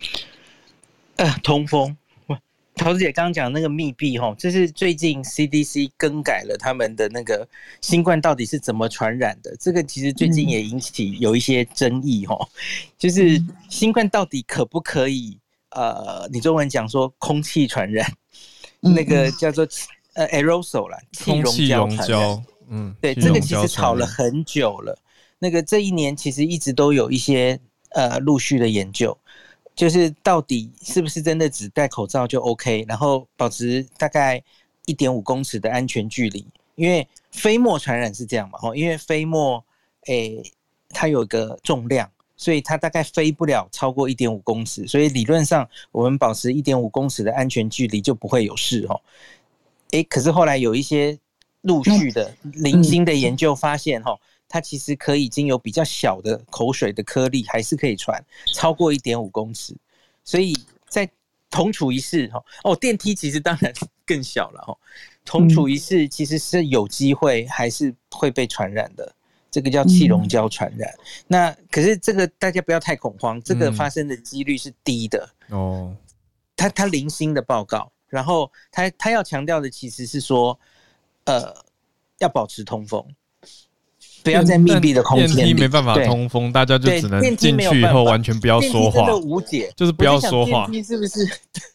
通风。桃子姐刚刚讲那个密闭，这是最近 CDC 更改了他们的那个新冠到底是怎么传染的，这个其实最近也引起有一些争议，就是新冠到底可不可以你中文讲说空气传染，那个叫做aerosol 啦，气溶胶传染。对，这个其实吵了很久了。那个这一年其实一直都有一些陆续的研究，就是到底是不是真的只戴口罩就 OK， 然后保持大概1.5公尺的安全距离。因为飞沫传染是这样嘛，因为飞沫它有个重量， 所以它大概飞不了超过 1.5 公尺，所以理论上我们保持 1.5 公尺的安全距离就不会有事哦。可是后来有一些陆续的零星的研究发现它其实可以经由比较小的口水的颗粒还是可以传超过 1.5 公尺，所以在同处一室电梯其实当然更小了同处一室其实是有机会还是会被传染的，这个叫气溶胶传染。那可是这个大家不要太恐慌，这个发生的几率是低的它零星的报告，然后他要强调的其实是说要保持通风，不要在密闭的空间里。 电梯没办法通风，大家就只能进去以后完全不要说话， 电梯真的无解， 就是不要说话。 电梯是不是？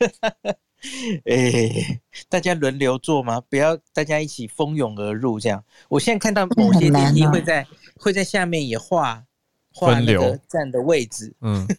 大家轮流坐吗？不要大家一起蜂拥而入这样。我现在看到某些电梯会在下面也画那个站的位置。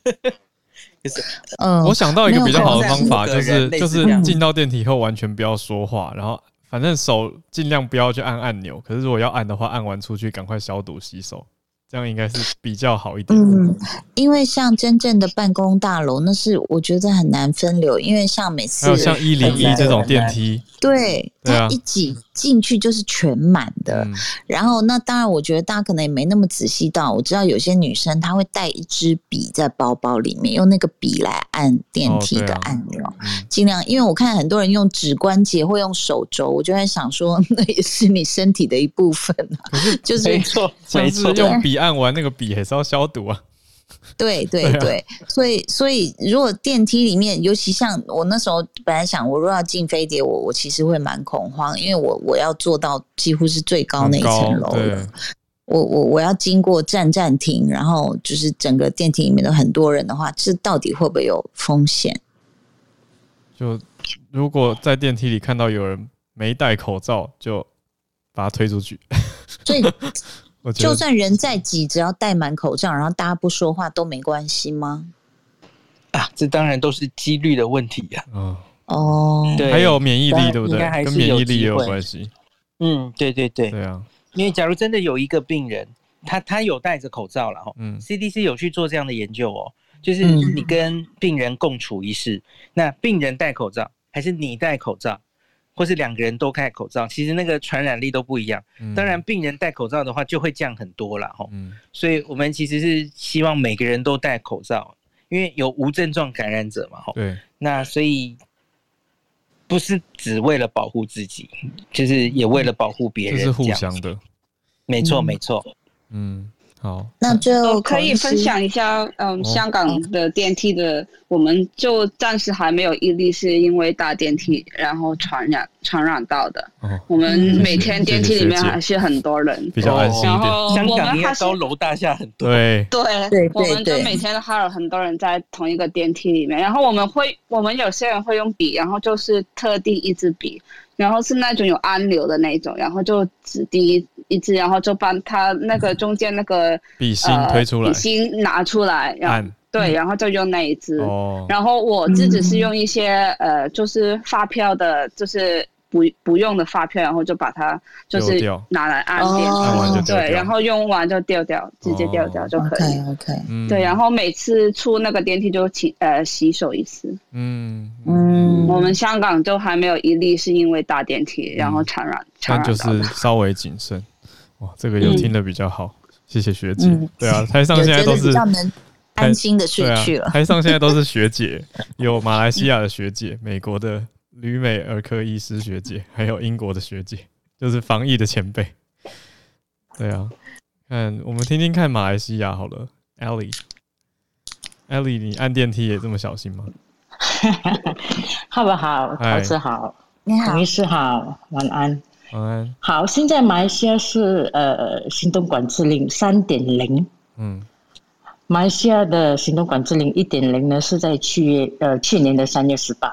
我想到一个比较好的方法，就是进到电梯以后完全不要说话，然后反正手尽量不要去按按钮，可是如果要按的话，按完出去赶快消毒洗手，这样应该是比较好一点。 因为像真正的办公大楼，那是我觉得很难分流，因为像每次还有像101这种电梯， 对，它一挤进去就是全满的。然后那当然，我觉得大家可能也没那么仔细到，我知道有些女生她会带一支笔在包包里面，用那个笔来按电梯的按钮，尽量，因为我看很多人用指关节或用手肘，我就在想说，那也是你身体的一部分可是就是没错， 用笔按完那个笔还是要消毒啊。 对，所以如果电梯里面，尤其像我那时候本来想，我如果要进飞碟，我其实会蛮恐慌，因为我要做到几乎是最高那一层楼了。我要经过站停，然后就是整个电梯里面的很多人的话，这到底会不会有风险？ 就如果在电梯里看到有人没戴口罩，就把他推出去。 所以就算人在挤，只要戴满口罩，然后大家不说话都没关系吗？ 这当然都是几率的问题呀。 对，还有免疫力，对不对？跟免疫力也有关系。 对啊。因为假如真的有一个病人，他有戴着口罩了CDC 有去做这样的研究就是你跟病人共处一室，那病人戴口罩还是你戴口罩？或是2个人都戴口罩，其实那个传染力都不一样。当然，病人戴口罩的话就会降很多啦所以我们其实是希望每个人都戴口罩，因为有无症状感染者嘛对， 那所以不是只为了保护自己，就是也为了保护别人， 这是互相的。 没错。 好， 那就可以分享一下，香港的电梯的，我们就暂时还没有一例是因为搭电梯然后传染到的。我们每天电梯里面还是很多人， 比较安心一点。 香港应该高楼大厦很多， 对， 我们就每天还有很多人在同一个电梯里面，然后我们有些人会用笔，然后就是特定一支笔。然后是那种有暗流的那种，然后就指定一支，然后就把它那个中间那个笔芯推出来， 笔芯拿出来，然后就用那一支。然后我自己是用一些就是发票的，就是不用的发票，然后就把它就是拿来按电梯，对，然后用完就丢掉，直接丢掉就可以。 OK， 对，然后每次出那个电梯就洗手一次。我们香港就还没有一例是因为搭电梯然后传染但就是稍微谨慎。哇，这个有听得比较好，谢谢学姐。对啊，台上现在都是比较能安心的睡去了。 台上现在都是学姐，有马来西亚的学姐，美国的旅美儿科医师学姐，还有英国的学姐，就是防疫的前辈。对啊，我们听听看马来西亚好了。Ellie， 你按电梯也这么小心吗？ 好不好？陶子好， 你好， 董医师好，晚安。 晚安。 好，现在马来西亚是行动管制令 3.0。马来西亚的行动管制令 1.0 呢是在去年的3月18。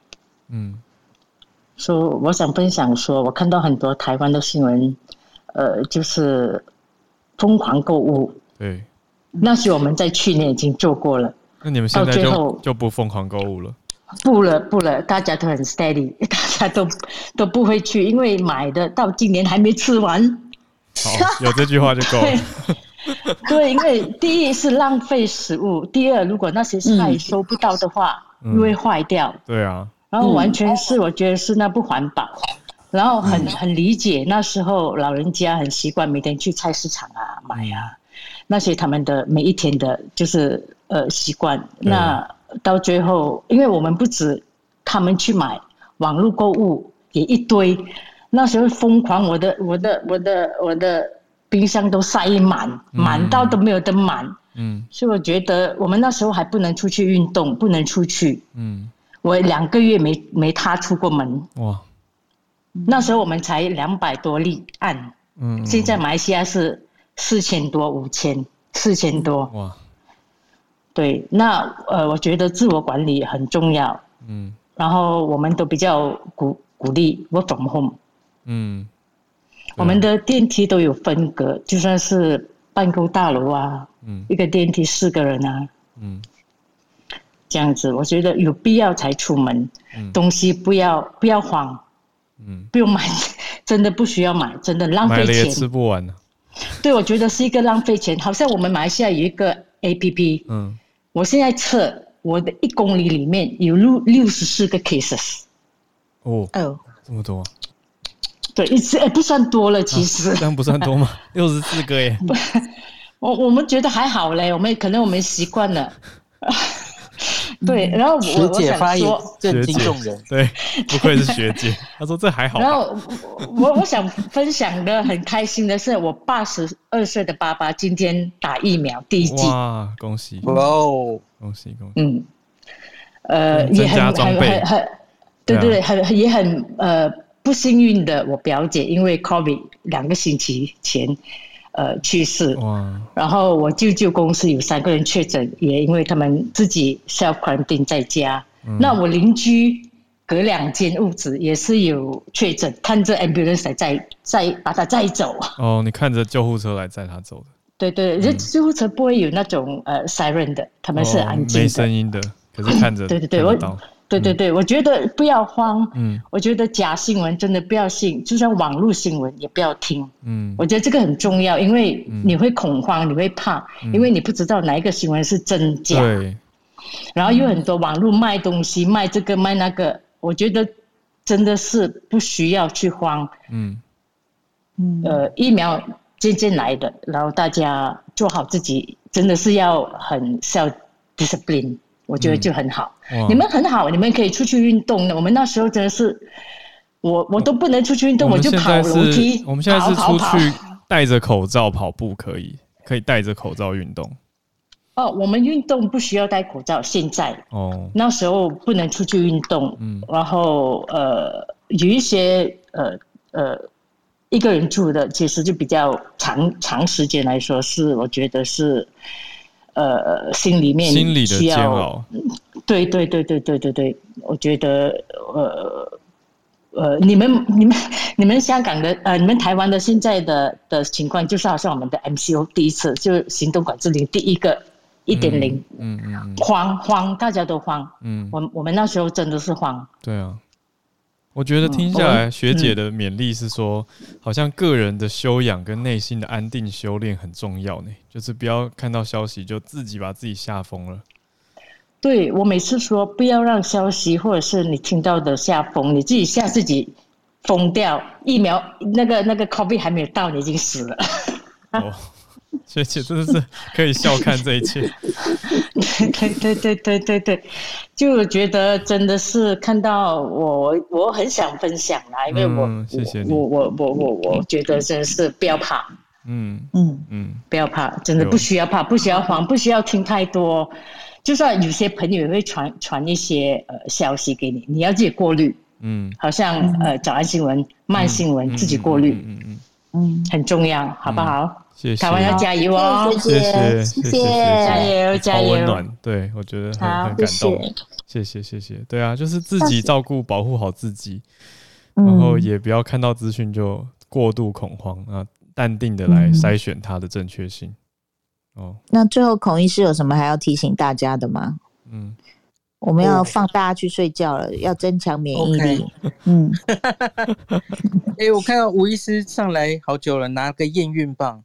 所以我想分享说，我看到很多台湾的新闻，就是疯狂购物。 对， 那是我们在去年已经做过了。 那你们现在就不疯狂购物了？ 不了，大家都很 steady， 大家都不会去，因为买的到今年还没吃完。 好，有这句话就够了。 对，因为第一是浪费食物，第二如果那些菜收不到的话，又会坏掉。 对啊， 然后完全是我觉得是那不环保。然后很理解那时候老人家很习惯每天去菜市场啊买啊，那些他们的每一天的就是习惯。那到最后，因为我们不止他们去买，网络购物也一堆，那时候疯狂，我的冰箱都塞满到都没有得满。所以我觉得我们那时候还不能出去运动，不能出去。我2个月没踏出过门。哇！那时候我们才200多例案，现在马来西亚是4000多、4000多。哇！对，那我觉得自我管理很重要。然后我们都比较鼓励 work from home。我们的电梯都有分隔，就算是办公大楼啊，一个电梯4个人啊，这样子，我觉得有必要才出门，东西不要慌。不用买，真的不需要买，真的浪费钱， 买了也吃不完呢。 对，我觉得是一个浪费钱。好像我们马来西亚有一个 APP，我现在测我的1公里里面有64个 cases。 哦，这么多。 对，不算多了，其实。 这样不算多吗？64个耶。 我们觉得还好嘞，我们习惯了。对，然后学姐发言震惊众人， 对，不愧是学姐。她说这还好吧。 然后我想分享的很开心的是，我82岁的爸爸今天打疫苗第1剂。 哇，恭喜！ 哇哦， 恭喜！ 也很对，也很不幸运的，我表姐因为 COVID 2个星期前。去世，然后我舅舅公司有3个人确诊，也因为他们自己 self quarantine 在家。那我邻居隔2间屋子也是有确诊，看着 ambulance 再把他载走。 哦，你看着救护车来载他走的。 对，救护车不会有那种siren 的，他们是安静的， 没声音的，可是看着对，我觉得不要慌。我觉得假新闻真的不要信，就算网络新闻也不要听。我觉得这个很重要，因为你会恐慌，你会怕，因为你不知道哪一个新闻是真假。 对。 然后有很多网络卖东西，卖这个卖那个，我觉得真的是不需要去慌。疫苗渐渐来的，然后大家做好自己，真的是要很 self discipline。我觉得就很好，你们很好，你们可以出去运动的。我们那时候真的是，我都不能出去运动，我就跑楼梯。 我们现在是出去戴着口罩跑步，可以戴着口罩运动。 我们运动不需要戴口罩，现在。那时候不能出去运动。然后有一些一个人住的，其实就比较长时间来说是，我觉得是。心里的煎熬， 对，我觉得你们香港的你们台湾的现在的情况，就是好像我们的 MCO 第一次就行动管制令第一个1.0，慌，大家都慌，我们那时候真的是慌， 对啊。我觉得听下来，学姐的勉励是说，好像个人的修养跟内心的安定修炼很重要呢，就是不要看到消息就自己把自己吓疯了。 对，我每次说不要让消息或者是你听到的吓疯，你自己吓自己疯掉。疫苗那个 COVID 还没有到，你已经死了。 学姐真的是可以笑看这一切。 对，就觉得真的是看到我很想分享啦，因为谢谢你。 我觉得真的是不要怕，不要怕，真的不需要怕，不需要慌，不需要听太多。就算有些朋友会传一些消息给你，你要自己过滤。好像早安新闻、慢新闻，自己过滤。很重要，好不好？ 谢谢， 台湾要加油哦！ 谢谢， 加油！ 好温暖，对我觉得很感动。谢谢，对啊，就是自己照顾、保护好自己，然后也不要看到资讯就过度恐慌啊，淡定的来筛选它的正确性。 那最后孔医师有什么还要提醒大家的吗？我们要放大家去睡觉了，要增强免疫力。 我看到吴医师上来好久了，拿个验孕棒。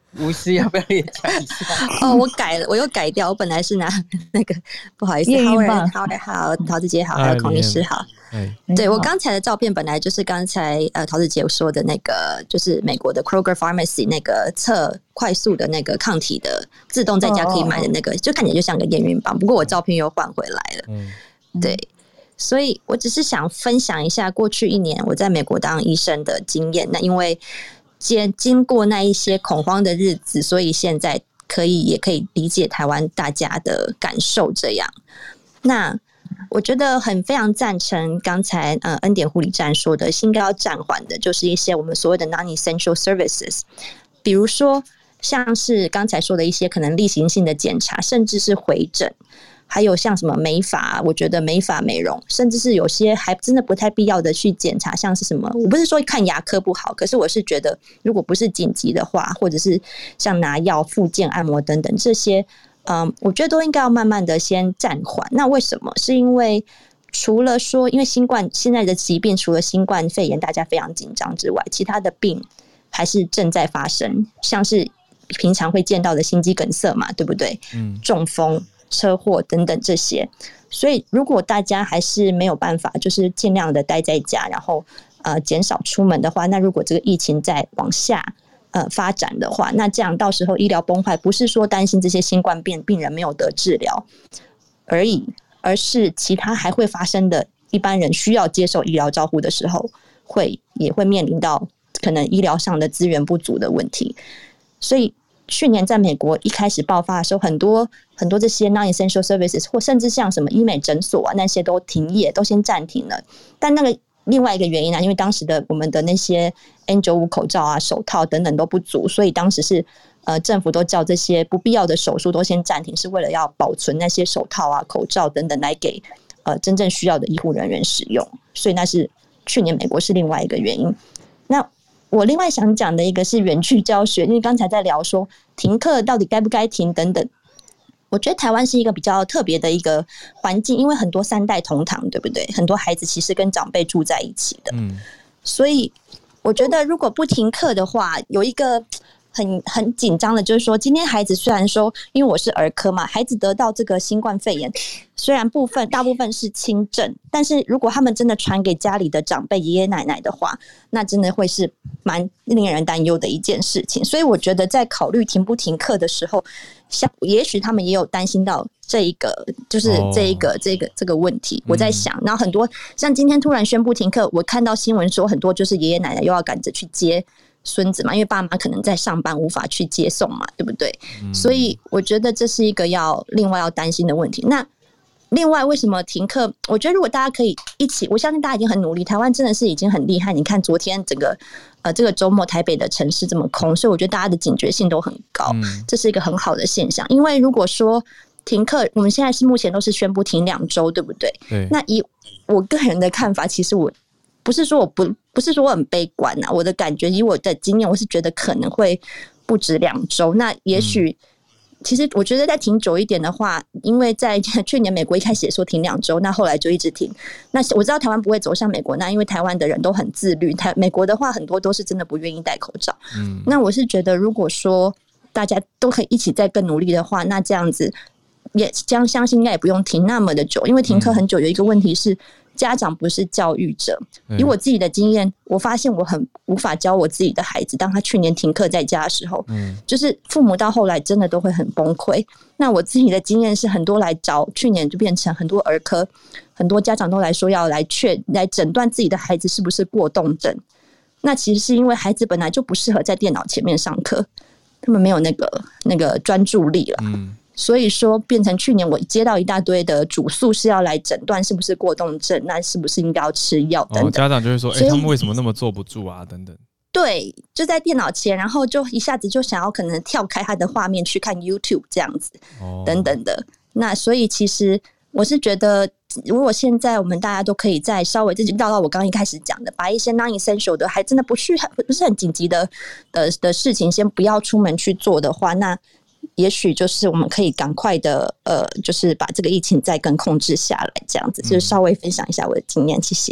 吴师要不要也讲一下？ 哦，我改了，我又改掉。我本来是拿那个，不好意思，Howard好，桃子姐好，还有孔医师好。对，我刚才的照片本来就是刚才桃子姐说的那个，就是美国的 Kroger Pharmacy 那个测快速的那个抗体的自动在家可以买的那个，就看起来就像个验孕棒。不过我照片又换回来了。对，所以我只是想分享一下过去1年我在美国当医生的经验。那因为经过那一些恐慌的日子，所以现在也可以理解台湾大家的感受。这样，那我觉得非常赞成刚才恩典护理站说的，应该要暂缓的，就是一些我们所谓的 non-essential services， 比如说像是刚才说的一些可能例行性的检查，甚至是回诊。还有像什么美发，我觉得美发美容，甚至是有些还真的不太必要的去检查，像是什么，我不是说看牙科不好，可是我是觉得如果不是紧急的话，或者是像拿药、复健、按摩等等这些，我觉得都应该要慢慢的先暂缓。那为什么？是因为除了说因为现在的疾病除了新冠肺炎大家非常紧张之外，其他的病还是正在发生，像是平常会见到的心肌梗塞嘛，对不对？中风、车祸等等这些，所以如果大家还是没有办法，就是尽量的待在家，然后减少出门的话，那如果这个疫情再往下发展的话，那这样到时候医疗崩坏，不是说担心这些新冠病人没有得治疗而已，而是其他还会发生的一般人需要接受医疗照护的时候，也会面临到可能医疗上的资源不足的问题。所以去年在美国一开始爆发的时候，很多这些 non-essential services 或甚至像什么医美诊所啊，那些都停业，都先暂停了。但那个另外一个原因呢，因为当时的我们的那些 N95 口罩啊、手套等等都不足，所以当时是政府都叫这些不必要的手术都先暂停，是为了要保存那些手套啊、口罩等等来给真正需要的医护人员使用。所以那是去年美国是另外一个原因。那我另外想讲的一个是远距教学，因为刚才在聊说停课到底该不该停等等。我觉得台湾是一个比较特别的一个环境，因为很多3代同堂，对不对？很多孩子其实跟长辈住在一起的，所以我觉得如果不停课的话，有一个很紧张的，就是说今天孩子虽然说，因为我是儿科嘛，孩子得到这个新冠肺炎，虽然大部分是轻症，但是如果他们真的传给家里的长辈、爷爷奶奶的话，那真的会是蛮令人担忧的一件事情。所以我觉得在考虑停不停课的时候，也许他们也有担心到这一个，就是这个问题。我在想，然后很多像今天突然宣布停课，我看到新闻说很多就是爷爷奶奶又要赶着去接孙子嘛，因为爸妈可能在上班无法去接送嘛，对不对？所以我觉得这是一个另外要担心的问题。那另外为什么停课？我觉得如果大家可以一起，我相信大家已经很努力，台湾真的是已经很厉害。你看昨天整个这个周末台北的城市这么空，所以我觉得大家的警觉性都很高，这是一个很好的现象。因为如果说停课，我们现在是目前都是宣布停2周，对不对？那以我个人的看法，其实我不是说我很悲观啊，我的感觉以我的经验，我是觉得可能会不止2周。那也许其实我觉得再停久一点的话，因为在去年美国一开始也说停2周，那后来就一直停。那我知道台湾不会走向美国，那因为台湾的人都很自律，美国的话很多都是真的不愿意戴口罩。那我是觉得如果说大家都可以一起再更努力的话，那这样子也相信应该也不用停那么的久。因为停课很久有一个问题是家长不是教育者。以我自己的经验，我发现我很无法教我自己的孩子，当他去年停课在家的时候，就是父母到后来真的都会很崩溃。那我自己的经验是很多来找，去年就变成很多儿科，很多家长都来说要来诊断自己的孩子是不是过动症。那其实是因为孩子本来就不适合在电脑前面上课，他们没有那个专注力了。所以说变成去年我接到一大堆的主诉是要来诊断是不是过动症，那是不是应该要吃药等等。 家长就会说他们为什么那么坐不住啊等等。 对，就在电脑前，然后就一下子就想要可能跳开他的画面去看 YouTube 这样子等等的。那所以其实我是觉得，如果现在我们大家都可以再稍微自己绕到我刚一开始讲的，把一些 non-essential 的还真的不是很紧急的事情先不要出门去做的话，那也许就是我们可以赶快的就是把这个疫情再更控制下来，这样子。就是稍微分享一下我的经验，谢谢。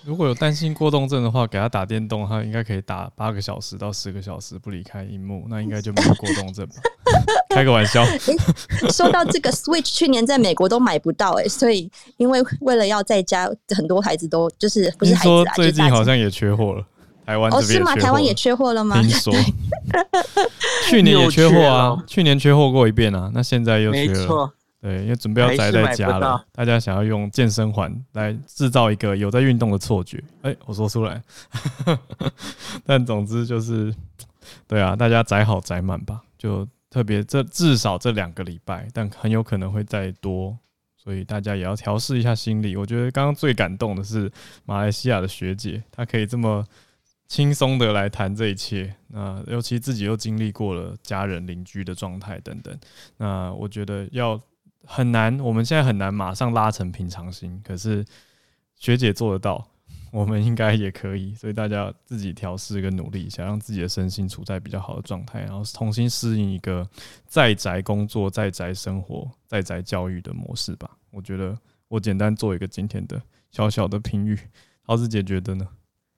如果有担心过动症的话，给他打电动，他应该可以打8个小时到10个小时不离开萤幕，那应该就没有过动症吧？开个玩笑。 说到这个 Switch， 去年在美国都买不到所以因为了要在家，很多孩子都就是不是孩子说最近好像也缺货了，台湾这边是吗？台湾也缺货了吗？ 听说去年也缺货啊，去年缺货过一遍啊，那现在又缺了。没错。对，因为准备要宅在家了，大家想要用健身环来制造一个有在运动的错觉。我说出来，但总之就是，对啊，大家宅好宅满吧，就特别至少这2个礼拜，但很有可能会再多，所以大家也要调试一下心理。我觉得刚刚最感动的是马来西亚的学姐，她可以这么轻松的来谈这一切，那尤其自己又经历过了家人邻居的状态等等，那我觉得很难，我们现在很难马上拉成平常心，可是学姐做得到，我们应该也可以，所以大家自己调试跟努力一下，让自己的身心处在比较好的状态，然后重新适应一个在宅工作、在宅生活、在宅教育的模式吧。我觉得我简单做一个今天的小小的评语，桃子姐觉得呢？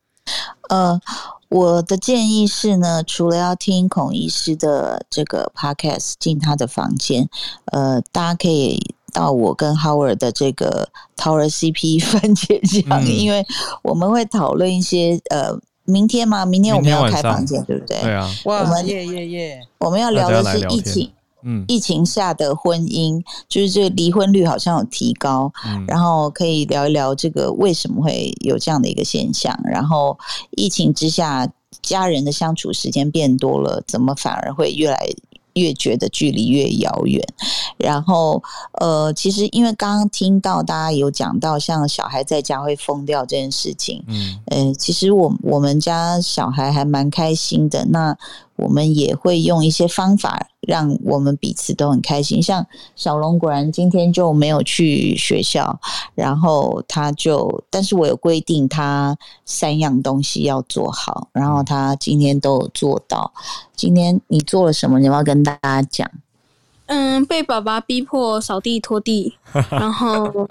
我的建议是呢，除了要听孔医师的这个 podcast， 进他的房间，大家可以到我跟 Howard 的这个桃儿 CP 番茄酱，因为我们会讨论一些明天我们要开房间，对不对？ 对啊， 哇， 我们要聊的是疫情下的婚姻，就是这个离婚率好像有提高，然后可以聊一聊这个为什么会有这样的一个现象，然后疫情之下家人的相处时间变多了，怎么反而会越来越觉得距离越遥远。然后其实因为刚刚听到大家有讲到像小孩在家会疯掉这件事情，其实我们家小孩还蛮开心的，那我们也会用一些方法让我们彼此都很开心。像小龙果然今天就没有去学校，然后但是我有规定他3样东西要做好，然后他今天都有做到。今天你做了什么？你要不要跟大家讲？ 被爸爸逼迫扫地拖地，然后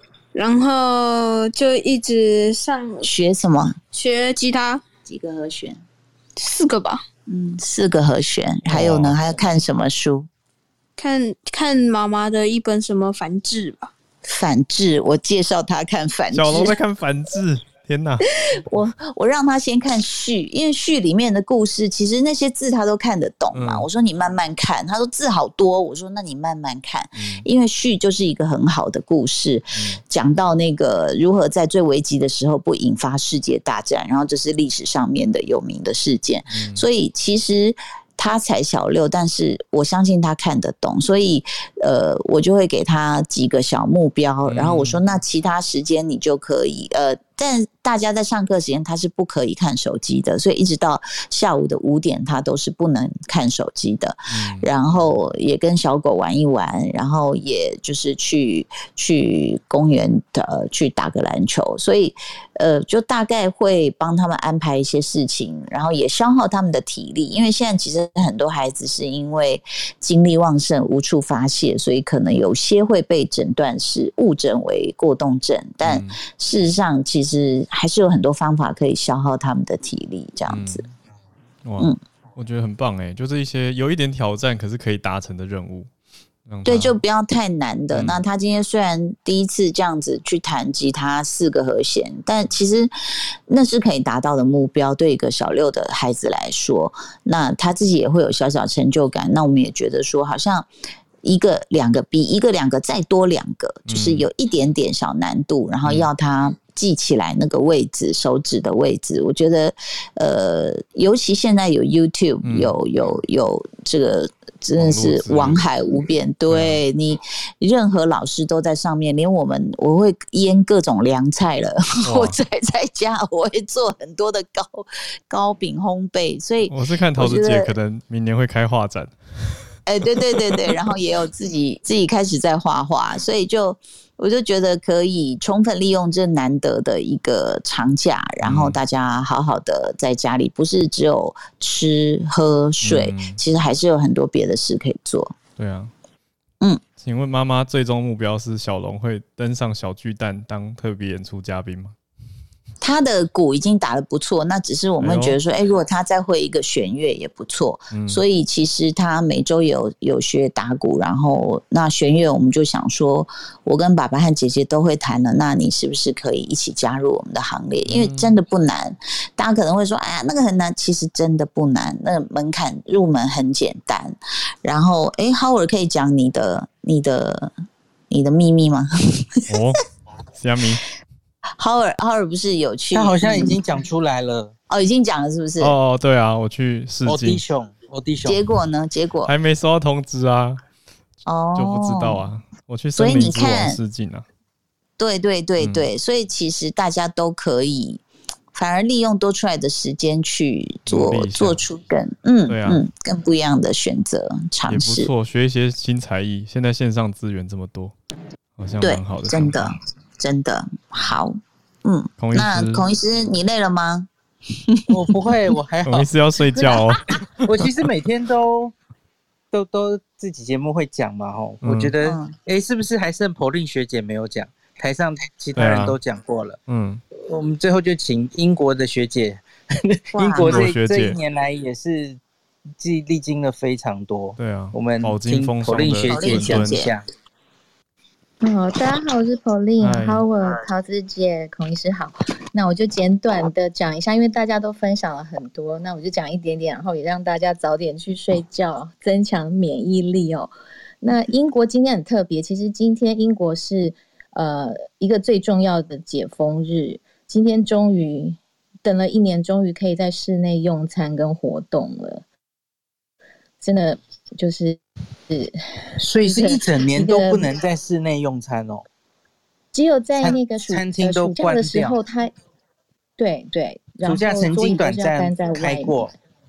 就一直学什么？ 学吉他， 几个和弦 ？4个吧。 4个和弦。还有呢？还要看什么书？ 看妈妈的一本什么反智吧。 反智，我介绍他看反智。 小龙在看反智。天哪！ 我让他先看序，因为序里面的故事，其实那些字他都看得懂嘛。我说你慢慢看，他说字好多，我说那你慢慢看，因为序就是一个很好的故事，讲到那个如何在最危急的时候不引发世界大战，然后这是历史上面的有名的事件，所以其实他才小6，但是我相信他看得懂，所以我就会给他几个小目标，然后我说那其他时间你就可以但大家在上课时间他是不可以看手机的，所以一直到下午的5点他都是不能看手机的。然后也跟小狗玩一玩，然后也就是去公园去打个篮球，所以就大概会帮他们安排一些事情，然后也消耗他们的体力，因为现在其实很多孩子是因为精力旺盛无处发泄，所以可能有些会被诊断是误诊为过动症，但事实上其实还是有很多方法可以消耗他们的体力，这样子。 我觉得很棒就是一些有一点挑战可是可以达成的任务。 对，就不要太难的。那他今天虽然第一次这样子去弹吉他4个和弦，但其实那是可以达到的目标，对一个小6的孩子来说，那他自己也会有小小成就感。那我们也觉得说好像1个2个比1个2个再多2个，就是有一点点小难度，然后要他记起来那个位置，手指的位置。我觉得尤其现在有 YouTube， 有这个真的是网海无边，对，你任何老师都在上面，连我会腌各种凉菜了，我在家我会做很多的糕饼烘焙，所以我是看桃子姐可能明年会开画展。 对，然后也有自己开始在画画，所以我就觉得可以充分利用这难得的一个长假，然后大家好好的在家里，不是只有吃喝睡，其实还是有很多别的事可以做。 对啊，请问妈妈最终目标是小龙会登上小巨蛋当特别演出嘉宾吗？ 他的鼓已经打得不错，那只是我们觉得说，如果他再会一个弦乐也不错，所以其实他每周有学打鼓，然后那弦乐我们就想说，我跟爸爸和姐姐都会弹了，那你是不是可以一起加入我们的行列？因为真的不难，大家可能会说，哎呀，那个很难，其实真的不难，那个门槛入门很简单。然后Howard 可以讲你的秘密吗？ 哦，虾米 ？Howard 不是有去？ 他好像已经讲出来了。 已经讲了是不是？ 对啊，我去试镜。 结果呢？结果还没收到通知啊。就不知道啊。我去森林之王试镜啊。 对，所以其实大家都可以，反而利用多出来的时间去做出更不一样的选择尝试， 也不错，学一些新才艺。现在线上资源这么多，好像蛮好的。 真的好。那孔医师你累了吗？ 我不会，我还好。 孔医师要睡觉哦。 我其实每天都自己节目会讲嘛，我觉得是不是还剩Pauline学姐没有讲？台上其他人都讲过了。我们最后就请英国的学姐，英国这一年来也是历经了非常多。 对啊， 我们听Pauline学姐讲一下。 大家好，我是 Pauline、Howard、桃子姐、孔医师好。那我就简短的讲一下，因为大家都分享了很多，那我就讲一点点，然后也让大家早点去睡觉，增强免疫力哦。那英国今天很特别，其实今天英国是一个最重要的解封日，今天终于等了1年，终于可以在室内用餐跟活动了，真的就是。 所以是一整年都不能在室内用餐哦， 只有在那个餐厅都关掉的时候，他对，然后暑假曾经短暂开过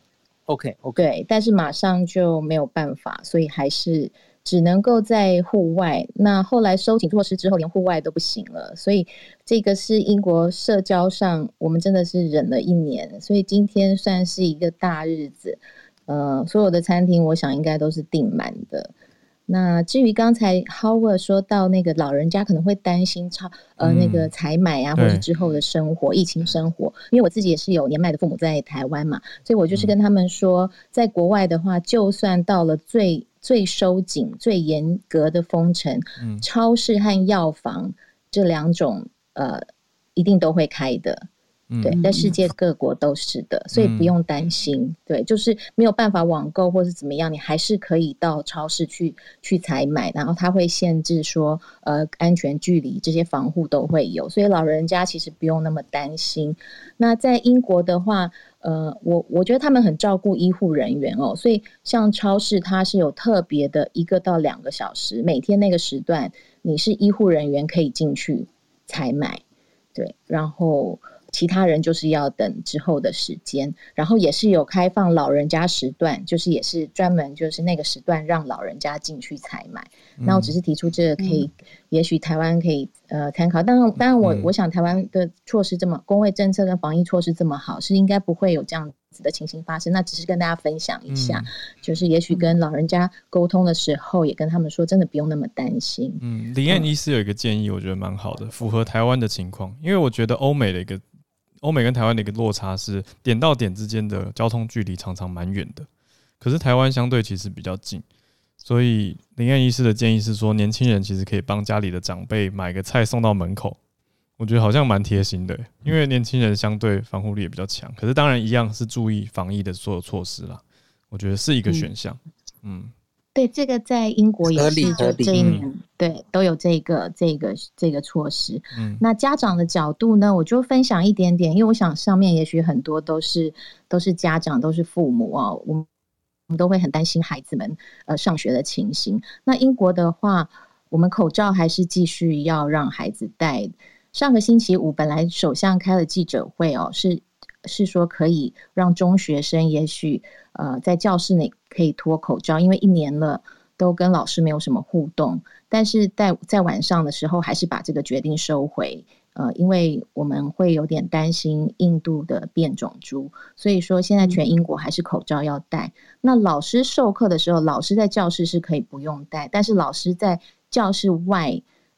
，OK， 对，但是马上就没有办法，所以还是只能够在户外。那后来收紧措施之后，连户外都不行了，所以这个是英国社交上我们真的是忍了1年，所以今天算是一个大日子。所有的餐厅我想应该都是订满的。那至于刚才 Howard 说到那个老人家可能会担心那个采买啊，或是之后的生活、疫情生活，因为我自己也是有年迈的父母在台湾嘛，所以我就是跟他们说，在国外的话，就算到了最收紧、最严格的封城，超市和药房这2种一定都会开的。对，在世界各国都是的，所以不用担心。对，就是没有办法网购或是怎么样，你还是可以到超市去采买，然后它会限制说安全距离这些防护都会有，所以老人家其实不用那么担心。那在英国的话，我觉得他们很照顾医护人员哦，所以像超市它是有特别的1到2个小时，每天那个时段你是医护人员可以进去采买，对，然后其他人就是要等之后的时间，然后也是有开放老人家时段，就是也是专门就是那个时段让老人家进去采买。那我只是提出这个可以，也许台湾可以参考。当然我想台湾的措施这么公卫政策跟防疫措施这么好，是应该不会有这样子的情形发生。那只是跟大家分享一下，就是也许跟老人家沟通的时候，也跟他们说，真的不用那么担心。 林燕医师有一个建议，我觉得蛮好的，符合台湾的情况，因为我觉得欧美跟台湾的一个落差是点到点之间的交通距离常常蛮远的，可是台湾相对其实比较近，所以林燕医师的建议是说，年轻人其实可以帮家里的长辈买个菜送到门口，我觉得好像蛮贴心的，因为年轻人相对防护力也比较强，可是当然一样是注意防疫的所有措施啦，我觉得是一个选项。 对，这个在英国也是，就这一年，对，都有这个措施。那家长的角度呢，我就分享一点点，因为我想上面也许很多都是家长，都是父母哦，我们都会很担心孩子们上学的情形。那英国的话，我们口罩还是继续要让孩子戴。上个星期五，本来首相开了记者会哦，是说可以让中学生也许在教室内可以脱口罩，因为1年了都跟老师没有什么互动，但是在晚上的时候还是把这个决定收回，因为我们会有点担心印度的变种株，所以说现在全英国还是口罩要戴。那老师授课的时候，老师在教室是可以不用戴，但是老师在教室外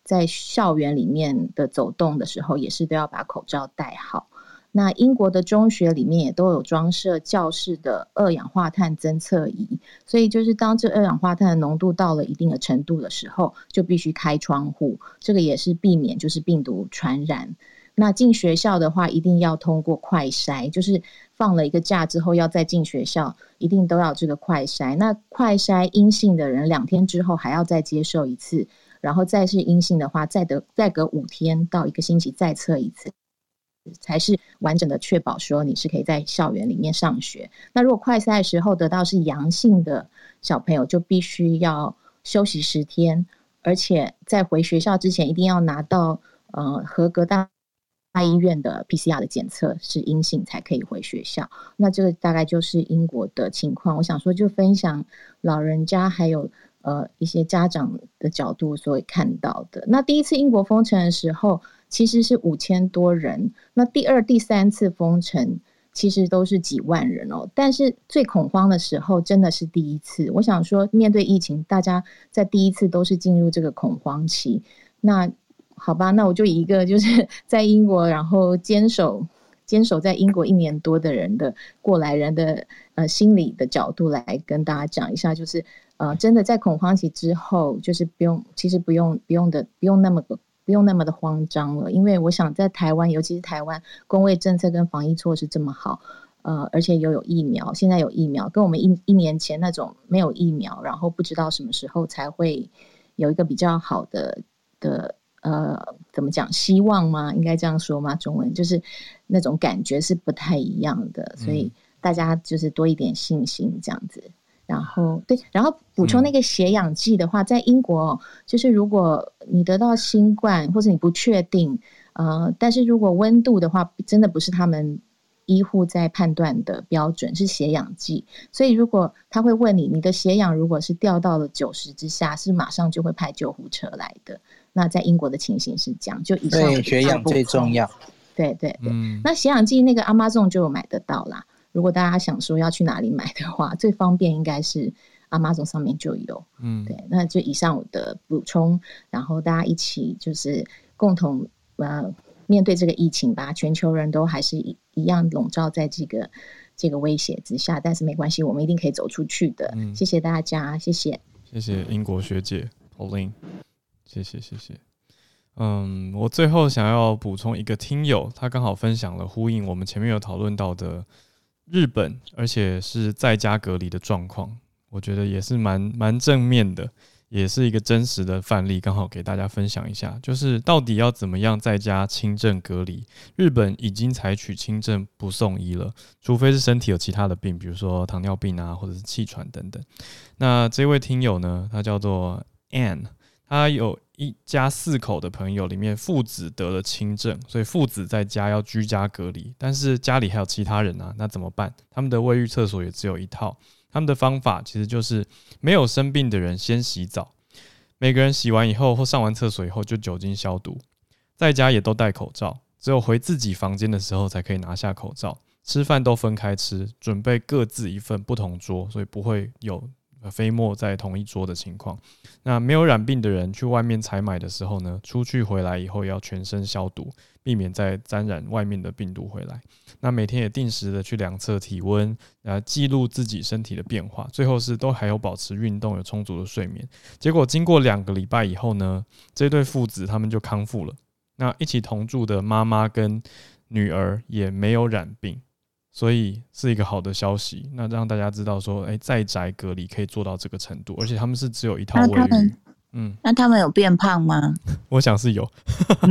在校园里面的走动的时候，也是都要把口罩戴好。那英国的中学里面也都有装设教室的二氧化碳侦测仪，所以就是当这二氧化碳的浓度到了一定的程度的时候，就必须开窗户，这个也是避免就是病毒传染。那进学校的话，一定要通过快筛，就是放了一个假之后要再进学校，一定都要这个快筛。那快筛阴性的人2天之后还要再接受一次，然后再是阴性的话，再隔5天到1个星期再测一次，才是完整的确保说你是可以在校园里面上学。那如果快筛的时候得到是阳性的小朋友，就必须要休息10天，而且在回学校之前一定要拿到合格大医院的 PCR 的检测是阴性才可以回学校。那这个大概就是英国的情况。我想说就分享老人家还有一些家长的角度所看到的。那第一次英国封城的时候其实是5000多人，那第2、第3次封城其实都是几万人哦。但是最恐慌的时候真的是第一次。我想说面对疫情，大家在第一次都是进入这个恐慌期。那好吧，那我就以一个就是在英国然后坚守在英国1年多的人的过来人的心理的角度来跟大家讲一下，就是真的在恐慌期之后，就是不用那么的慌张了。因为我想在台湾，尤其是台湾公卫政策跟防疫措施这么好，而且有疫苗，现在有疫苗，跟我们一年前那种没有疫苗，然后不知道什么时候才会有一个比较好的怎么讲，希望吗？应该这样说吗？中文就是那种感觉是不太一样的，所以大家就是多一点信心这样子。然后补充那个血氧计的话，在英国就是如果你得到新冠或者你不确定，但是如果温度的话，真的不是他们医护在判断的标准，是血氧计。所以如果他会问你的血氧如果是掉到了90之下，是马上就会派救护车来的。那在英国的情形是这样，就以上对血氧最重要。 对，那血氧计那个 Amazon 就有买得到啦。如果大家想说要去哪里买的话，最方便应该是 Amazon 上面就有。对，那就以上我的补充，然后大家一起就是共同面对这个疫情吧。全球人都还是一样笼罩在这个威胁之下，但是没关系，我们一定可以走出去的。谢谢大家，谢谢英国学姐 Pauline， 谢谢。我最后想要补充一个听友，他刚好分享了呼应我们前面有讨论到的日本，而且是在家隔离的状况，我觉得也是蛮正面的，也是一个真实的范例，刚好给大家分享一下，就是到底要怎么样在家轻症隔离。日本已经采取轻症不送医了，除非是身体有其他的病，比如说糖尿病啊，或者是气喘等等。那这位听友呢，他叫做 Anne， 他有一家4口的朋友，里面父子得了轻症，所以父子在家要居家隔离，但是家里还有其他人啊，那怎么办？他们的卫浴厕所也只有1套。他们的方法其实就是没有生病的人先洗澡，每个人洗完以后或上完厕所以后就酒精消毒，在家也都戴口罩，只有回自己房间的时候才可以拿下口罩，吃饭都分开吃，准备各自一份不同桌，所以不会有飞沫在同一桌的情况。那没有染病的人去外面采买的时候呢，出去回来以后要全身消毒，避免再沾染外面的病毒回来。那每天也定时的去量测体温，记录自己身体的变化，最后是都还有保持运动，有充足的睡眠。结果经过2个礼拜以后呢，这对父子他们就康复了。那一起同住的妈妈跟女儿也没有染病，所以是一个好的消息。那让大家知道说，在宅隔离可以做到这个程度，而且他们是只有1套卫浴。 那他们有变胖吗？ 我想是有。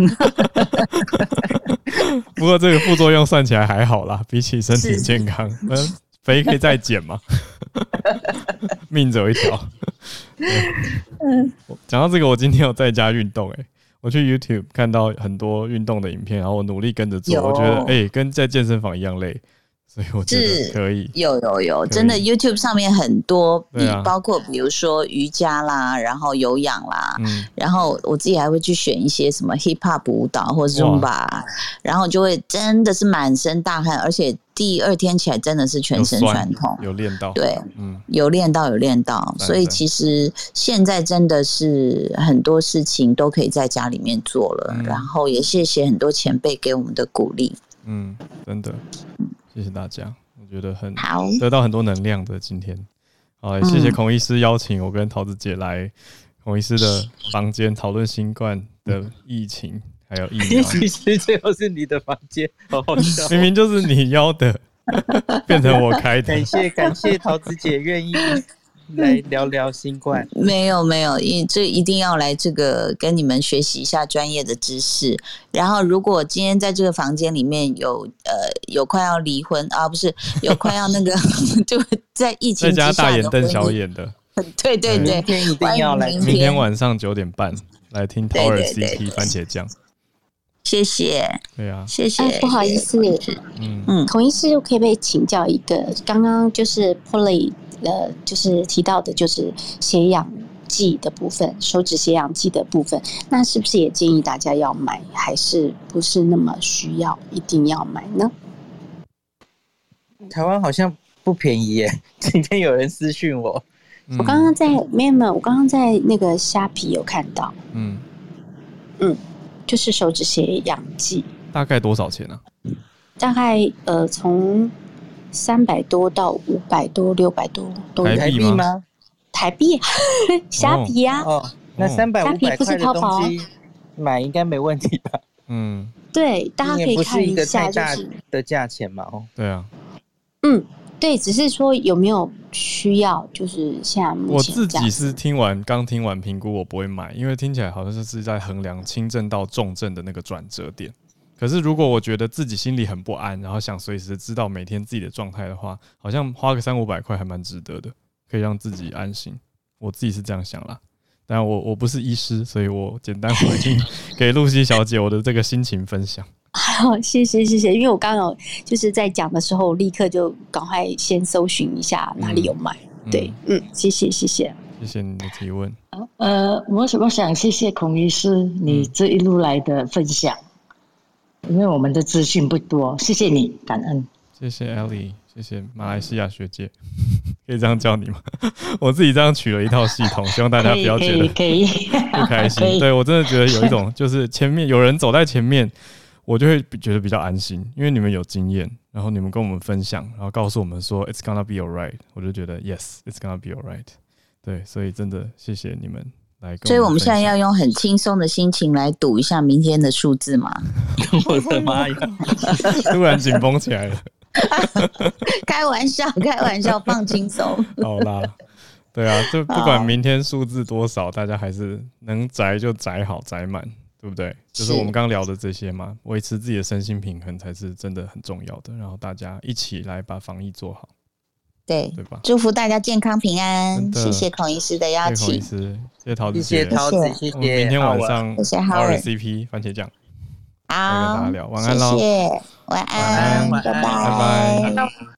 不过这个副作用算起来还好啦，比起身体健康，肥可以再减嘛。命只有一条。讲到这个，我今天有在家运动我去 YouTube 看到很多运动的影片，然后我努力跟着做，我觉得跟在健身房一样累。所以我觉得可以， 有，真的 YouTube 上面很多，包括比如说瑜伽啦，然后有氧啦，然后我自己还会去选一些什么 Hip Hop 舞蹈或者 Zumba，然后就会真的是满身大汗，而且第2天起来真的是全身酸痛， 有练到， 对，有练到，所以其实现在真的是很多事情都可以在家里面做了，然后也谢谢很多前辈给我们的鼓励， 真的，谢谢大家，我觉得很好， 得到很多能量的今天，好，也谢谢孔医师邀请我跟桃子姐来孔医师的房间讨论新冠的疫情。还有疫苗， 其实最后是你的房间，好好笑， 明明就是你邀的，变成我开的。 感谢桃子姐愿意来聊聊新冠。 没有，这一定要来这个跟你们学习一下专业的知识。然后，如果今天在这个房间里面有快要离婚啊，不是有快要那个就在疫情之下的在家大眼瞪小眼的， 对， 明天一定要来， 明天晚上9点半来听桃儿 CP 番茄酱。 谢谢， 对啊， 谢谢。 不好意思，孔医师可不可以请教一个？刚刚就是 Polly 就是提到的，就是血氧计的部分，手指血氧计的部分，那是不是也建议大家要买，还是不是那么需要一定要买呢？ 台湾好像不便宜耶，今天有人私讯我， 我刚刚在我刚刚在那个虾皮有看到，就是手指血氧计， 大概多少钱啊？ 大概从300多到500多、600多都有。 台币吗？ 台币，虾皮啊。 那300、500块的东西买应该没问题吧？ 对，大家可以看一下， 不是一个太大的价钱嘛？ 对啊。 对，只是说有没有需要，就是现在目前我自己是刚听完评估，我不会买，因为听起来好像是在衡量轻症到重症的那个转折点。可是如果我觉得自己心里很不安，然后想随时知道每天自己的状态的话，好像花个300-500块还蛮值得的，可以让自己安心。我自己是这样想啦，但我不是医师，所以我简单回应给露西小姐我的这个心情分享。 好，谢谢，因为我刚刚就是在讲的时候，立刻就赶快先搜寻一下哪里有卖。对，谢谢你的提问。 我想谢谢孔医师你这一路来的分享，因为我们的资讯不多，谢谢你，感恩。 谢谢 Ellie， 谢谢马来西亚学姐，可以这样叫你吗？我自己这样取了一套系统，希望大家不要觉得不开心。对，我真的觉得有一种就是前面有人走在前面，我就会觉得比较安心，因为你们有经验，然后你们跟我们分享，然后告诉我们说 It's gonna be alright， 我就觉得 Yes, it's gonna be alright。对，所以真的谢谢你们来跟我们分享。 所以我们现在要用很轻松的心情来赌一下明天的数字吗？ 我的妈呀！ 突然紧绷起来了。 开玩笑，放轻松。 好啦，对啊，就不管明天数字多少，大家还是能宅就宅好宅满。对不对？就是我们刚刚聊的这些嘛，维持自己的身心平衡才是真的很重要的。然后大家一起来把防疫做好， 对吧？ 祝福大家健康平安。谢谢孔医师的邀请， 谢谢孔医师，谢谢桃子姐， 谢谢桃子，谢谢。 明天晚上谢谢 RCP 番茄酱， 好， 跟大家聊，晚安喽， 谢谢，晚安，拜拜。